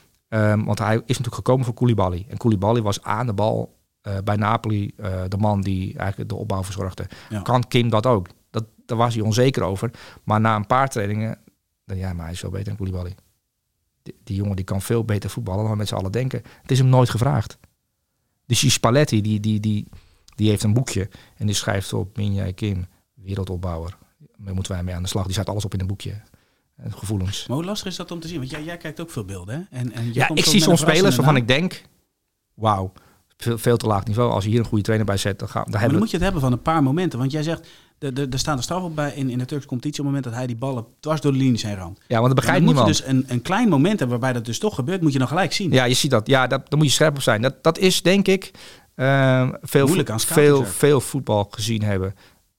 Um, want hij is natuurlijk gekomen voor Koulibaly. En Koulibaly was aan de bal uh, bij Napoli uh, de man die eigenlijk de opbouw verzorgde. Ja. Kan Kim dat ook? Dat, daar was hij onzeker over. Maar na een paar trainingen... Dan, ja, maar hij is veel beter dan Koulibaly. Die, die jongen die kan veel beter voetballen dan we met z'n allen denken. Het is hem nooit gevraagd. Dus die Spalletti, die, die, die, die heeft een boekje. En die schrijft op Min-Jae Kim, wereldopbouwer. Daar moeten wij mee aan de slag. Die staat alles op in een boekje. Gevoelens. Maar hoe lastig is dat om te zien? Want jij, jij kijkt ook veel beelden, hè? En, en je ja, komt ik zie soms spelers waarvan ik denk... Wauw, veel, veel te laag niveau. Als je hier een goede trainer bij zet, dan, gaan, dan, dan moet je het hebben van een paar momenten. Want jij zegt, er staat een straf op bij in, in de Turkse competitie... op het moment dat hij die ballen dwars door de linies heen ramt. Ja, want dat begrijpt niemand. Moet je dus een, een klein moment hebben waarbij dat dus toch gebeurt... moet je dan gelijk zien. Ja, je ziet dat. Ja, dat, daar moet je scherp op zijn. Dat, dat is, denk ik, uh, veel, vo- veel, veel voetbal gezien hebben.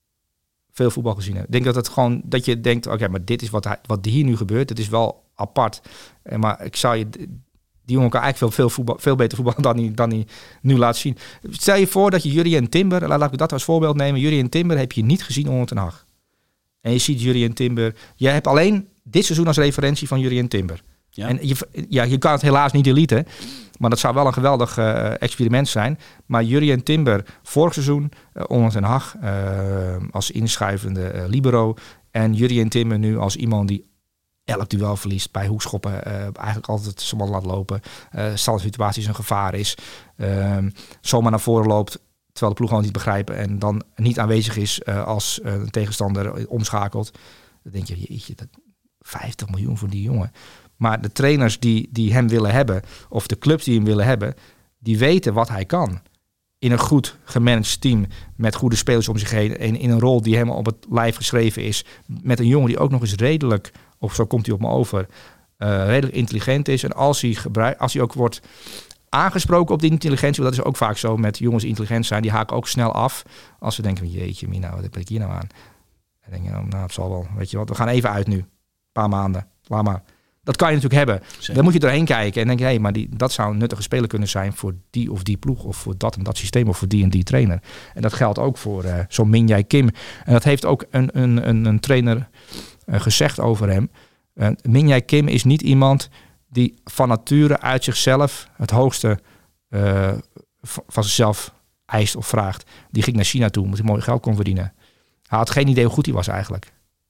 Veel voetbal gezien hebben. Ik denk dat het gewoon, dat je denkt, oké, okay, maar dit is wat, hij, wat hier nu gebeurt. Het is wel apart. En maar ik zou je... Die jongen kan eigenlijk veel, veel, voetbal, veel beter voetballen dan hij, dan hij nu laat zien. Stel je voor dat je Jurrien Timber, laat ik dat als voorbeeld nemen. Jurrien Timber heb je niet gezien onder Ten Hag. En je ziet Jurrien Timber. Je hebt alleen dit seizoen als referentie van Jurrien Timber. Ja. En je, ja, je kan het helaas niet deleten. Maar dat zou wel een geweldig uh, experiment zijn. Maar Jurrien Timber vorig seizoen uh, onder Ten Hag uh, als inschuivende uh, libero. En Jurrien Timber nu als iemand die elk duel verliest, bij hoekschoppen uh, eigenlijk altijd zijn man laat lopen. Uh, standaard situaties een gevaar is. Uh, zomaar naar voren loopt, terwijl de ploeg gewoon niet begrijpen. En dan niet aanwezig is uh, als uh, een tegenstander omschakelt. Dan denk je, jeetje, dat vijftig miljoen voor die jongen. Maar de trainers die, die hem willen hebben, of de clubs die hem willen hebben, die weten wat hij kan. In een goed gemanaged team, met goede spelers om zich heen. En in een rol die helemaal op het lijf geschreven is. Met een jongen die ook nog eens redelijk, of zo komt hij op me over, uh, redelijk intelligent is. En als hij, gebruik, als hij ook wordt aangesproken op die intelligentie, want dat is ook vaak zo met jongens die intelligent zijn, die haken ook snel af. Als ze denken, jeetje mina, wat heb ik hier nou aan? Dan denk je, nou het zal wel, weet je wat, we gaan even uit nu. Een paar maanden, laat maar. Dat kan je natuurlijk hebben. Zeker. Dan moet je erheen kijken en denk je, hé, hey, maar die, dat zou een nuttige speler kunnen zijn voor die of die ploeg, of voor dat en dat systeem, of voor die en die trainer. En dat geldt ook voor uh, zo'n Min-Jae Kim. En dat heeft ook een, een, een, een trainer uh, gezegd over hem. Uh, Min-Jae Kim is niet iemand die van nature uit zichzelf het hoogste uh, van zichzelf eist of vraagt. Die ging naar China toe, omdat hij mooi geld kon verdienen. Hij had geen idee hoe goed hij was eigenlijk.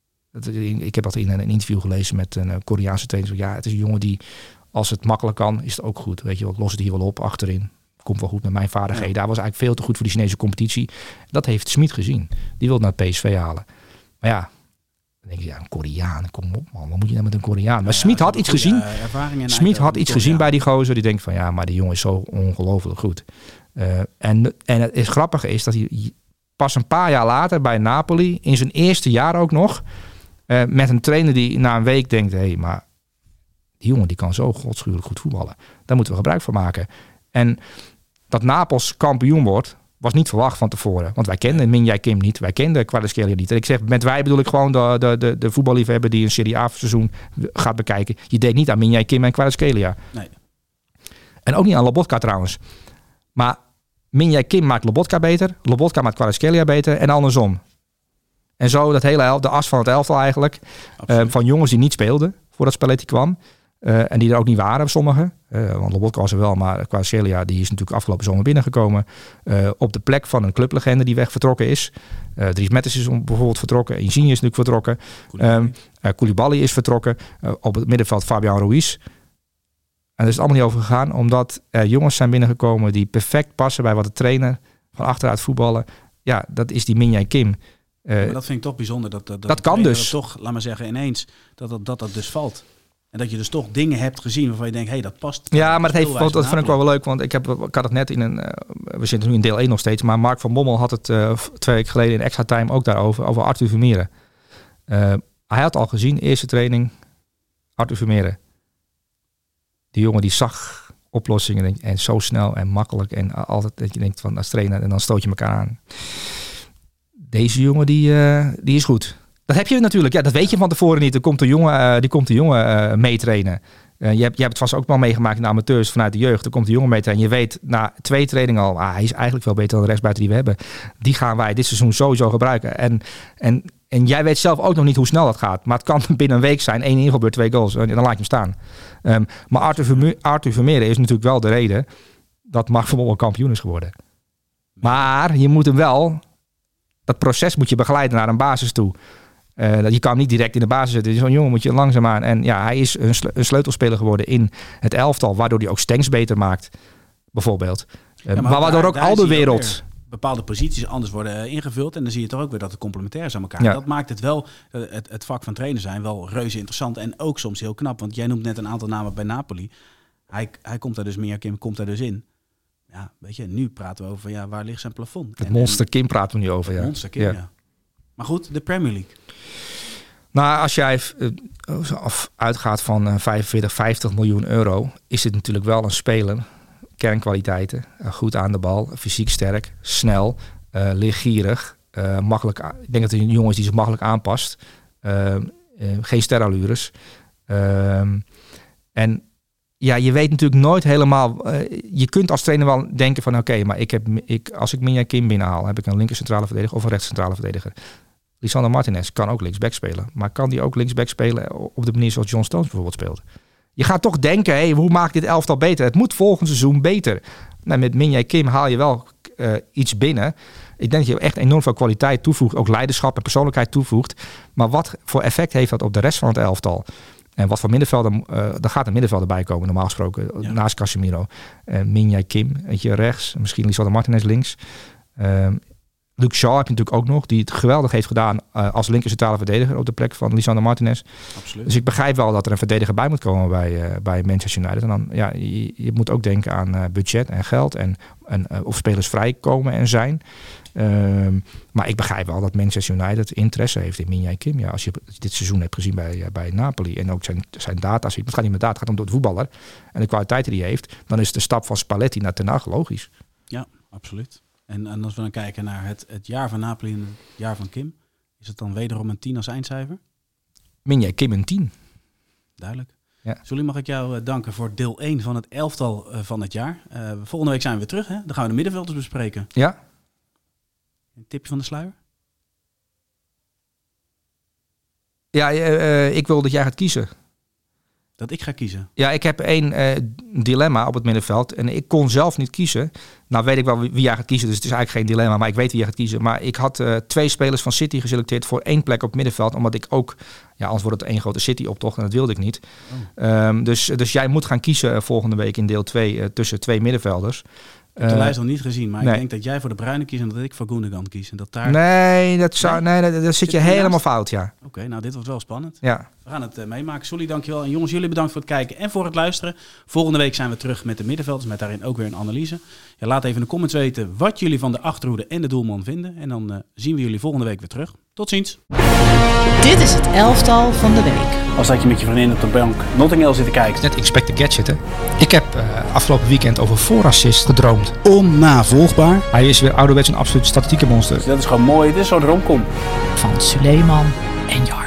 Ik heb dat in een interview gelezen met een Koreaanse trainer. Ja, het is een jongen die, als het makkelijk kan, is het ook goed. Weet je wel, ik los het hier wel op achterin. Komt wel goed met mijn vaardigheden. Ja. Hij was eigenlijk veel te goed voor die Chinese competitie. Dat heeft Smit gezien. Die wil naar P S V halen. Maar ja, dan denk je, ja, een Koreaan, kom op man. Wat moet je nou met een Koreaan? Maar ja, Smit had iets gezien. Smit had iets gezien bij die gozer. Die denkt van, ja, maar die jongen is zo ongelooflijk goed. Uh, en, en het is grappige is dat hij pas een paar jaar later bij Napoli, in zijn eerste jaar ook nog, Uh, met een trainer die na een week denkt, hé, hey, maar die jongen die kan zo godschuwelijk goed voetballen. Daar moeten we gebruik van maken. En dat Napels kampioen wordt, was niet verwacht van tevoren. Want wij kenden Min-Jae Kim niet, wij kenden Kvaratskhelia niet. En ik zeg, met wij bedoel ik gewoon de, de, de, de voetballiefhebber die een Serie A seizoen gaat bekijken. Je denkt niet aan Min-Jae Kim en Kvaratskhelia. Nee. En ook niet aan Lobotka trouwens. Maar Minjay Kim maakt Lobotka beter. Lobotka maakt Kvaratskhelia beter. En andersom. En zo dat hele elf, de as van het elftal eigenlijk. Uh, van jongens die niet speelden voordat Spalletti kwam. Uh, en die er ook niet waren, sommigen. Uh, want Lobotka was er wel, maar Kvaratskhelia die is natuurlijk afgelopen zomer binnengekomen. Uh, op de plek van een clublegende die weg vertrokken is. Uh, Dries Mertens is bijvoorbeeld vertrokken. Insigne is natuurlijk vertrokken. Koulibaly, um, uh, Koulibaly is vertrokken. Uh, op het middenveld Fabian Ruiz. En er is het allemaal niet over gegaan, omdat er jongens zijn binnengekomen die perfect passen bij wat de trainer van achteruit voetballen. Ja, dat is die Minjay Kim. Uh, maar dat vind ik toch bijzonder. Dat, dat, dat, dat kan dus. Dat toch, laat maar zeggen, ineens dat dat, dat dat dus valt. En dat je dus toch dingen hebt gezien waarvan je denkt, hé, hey, dat past. Ja, maar dat, heeft, dat vind ik wel wel leuk, want ik, heb, ik had het net in een... Uh, we zitten nu in deel één nog steeds, maar Mark van Bommel had het uh, twee weken geleden in Extra Time ook daarover, over Arthur Vermeeren. Uh, hij had al gezien, eerste training, Arthur Vermeeren. Die jongen die zag oplossingen en zo snel en makkelijk en altijd dat je denkt van als trainer en dan stoot je elkaar aan. Deze jongen die, uh, die is goed. Dat heb je natuurlijk. Ja, dat weet je van tevoren niet. Er komt een jongen, uh, die komt een jongen uh, meetrainen. Uh, je, hebt, je hebt het vast ook wel meegemaakt in de amateurs vanuit de jeugd. Er komt een jongen meetrainen. Je weet na twee trainingen al, ah, hij is eigenlijk veel beter dan de rechtsbuiten die we hebben. Die gaan wij dit seizoen sowieso gebruiken. En, en, en jij weet zelf ook nog niet hoe snel dat gaat. Maar het kan binnen een week zijn. één invalbeurt, twee goals. En dan laat je hem staan. Um, maar Arthur, Vermeer, Arthur Vermeeren is natuurlijk wel de reden dat Mark van Bommel kampioen is geworden. Maar je moet hem wel... Dat proces moet je begeleiden naar een basis toe. Uh, je kan hem niet direct in de basis zetten. Zo'n jongen moet je langzaamaan. En ja, hij is een, sle- een sleutelspeler geworden in het elftal. Waardoor hij ook Stenks beter maakt. Bijvoorbeeld. Uh, ja, maar, maar waardoor daar, ook daar al de wereld... bepaalde posities anders worden ingevuld. En dan zie je toch ook weer dat het complementair is aan elkaar. Ja. Dat maakt het wel, het, het vak van trainer zijn, wel reuze interessant. En ook soms heel knap. Want jij noemt net een aantal namen bij Napoli. Hij, hij komt daar dus meer, Kim komt daar dus in. Ja, weet je, nu praten we over, ja, waar ligt zijn plafond? Het en, monster Kim praten we nu over, ja. Monster Kim, ja. ja. Maar goed, de Premier League. Nou, als jij uh, uitgaat van uh, vijfenveertig, vijftig miljoen euro, is dit natuurlijk wel een speler. Kernkwaliteiten, uh, goed aan de bal, fysiek sterk, snel, uh, leergierig, uh, makkelijk. A- ik denk dat hij een jongen is die zich makkelijk aanpast. Uh, uh, geen sterallures. Uh, en ja, je weet natuurlijk nooit helemaal... Uh, je kunt als trainer wel denken van... oké, okay, maar ik heb, ik, als ik Minjay Kim binnenhaal... heb ik een linker centrale verdediger of een rechts centrale verdediger. Lisandro Martinez kan ook linksback spelen. Maar kan die ook linksback spelen op de manier zoals John Stones bijvoorbeeld speelt? Je gaat toch denken, hey, hoe maakt dit elftal beter? Het moet volgend seizoen beter. Nou, met Minjay Kim haal je wel uh, iets binnen. Ik denk dat je echt enorm veel kwaliteit toevoegt. Ook leiderschap en persoonlijkheid toevoegt. Maar wat voor effect heeft dat op de rest van het elftal? En wat voor middenvelden, uh, daar gaat een middenvelder bij komen, normaal gesproken, ja. Naast Casemiro. Uh, Minjay Kim, weet je, rechts. Misschien Lisandro Martinez links. Uh, Luke Shaw heb je natuurlijk ook nog, die het geweldig heeft gedaan uh, als linker centrale verdediger op de plek van Lisandro Martinez. Absoluut. Dus ik begrijp wel dat er een verdediger bij moet komen bij, uh, bij Manchester United. En dan, ja, je, je moet ook denken aan uh, budget en geld en, en uh, of spelers vrijkomen en zijn. Um, maar ik begrijp wel dat Manchester United interesse heeft in Minjay Kim. Ja, als je dit seizoen hebt gezien bij, uh, bij Napoli en ook zijn, zijn data ziet. Het gaat niet met data, het gaat om door de voetballer en de kwaliteiten die hij heeft. Dan is de stap van Spalletti naar Ten Hag logisch. Ja, absoluut. En, en als we dan kijken naar het, het jaar van Napoli en het jaar van Kim, is het dan wederom een tien als eindcijfer? Minjay Kim een tien. Duidelijk. Ja. Sully, mag ik jou uh, danken voor deel één van het elftal uh, van het jaar. Uh, volgende week zijn we weer terug, hè? Dan gaan we de middenvelders bespreken. Ja. Een tipje van de sluier? Ja, uh, ik wil dat jij gaat kiezen. Dat ik ga kiezen? Ja, ik heb één uh, dilemma op het middenveld. En ik kon zelf niet kiezen. Nou weet ik wel wie, wie jij gaat kiezen. Dus het is eigenlijk geen dilemma. Maar ik weet wie jij gaat kiezen. Maar ik had uh, twee spelers van City geselecteerd voor één plek op het middenveld. Omdat ik ook... Ja, anders wordt het één grote City-optocht. En dat wilde ik niet. Oh. Um, dus, dus jij moet gaan kiezen uh, volgende week in deel twee uh, tussen twee middenvelders. Ik heb de uh, lijst nog niet gezien, maar nee. Ik denk dat jij voor de Bruine kiest en dat ik voor Gundogan kies. En dat daar... Nee, dat zou, nee? nee, dat, dat zit je helemaal naast? Fout, ja. Oké, okay, nou dit wordt wel spannend. Ja. We gaan het uh, meemaken. Sully, dankjewel. En jongens, jullie bedankt voor het kijken en voor het luisteren. Volgende week zijn we terug met de middenvelders, met daarin ook weer een analyse. Ja, laat even in de comments weten wat jullie van de achterhoede en de doelman vinden. En dan uh, zien we jullie volgende week weer terug. Tot ziens. Dit is het elftal van de week. Als dat je met je vriendin op de bank Notting Hill zit te kijken. Net Inspector Gadget, hè. Ik heb uh, afgelopen weekend over voorassist gedroomd. Onnavolgbaar. Hij is weer ouderwets een absoluut statistiekenmonster. Dus dat is gewoon mooi. Dit is zo'n romcom. Van Suleiman en Jar.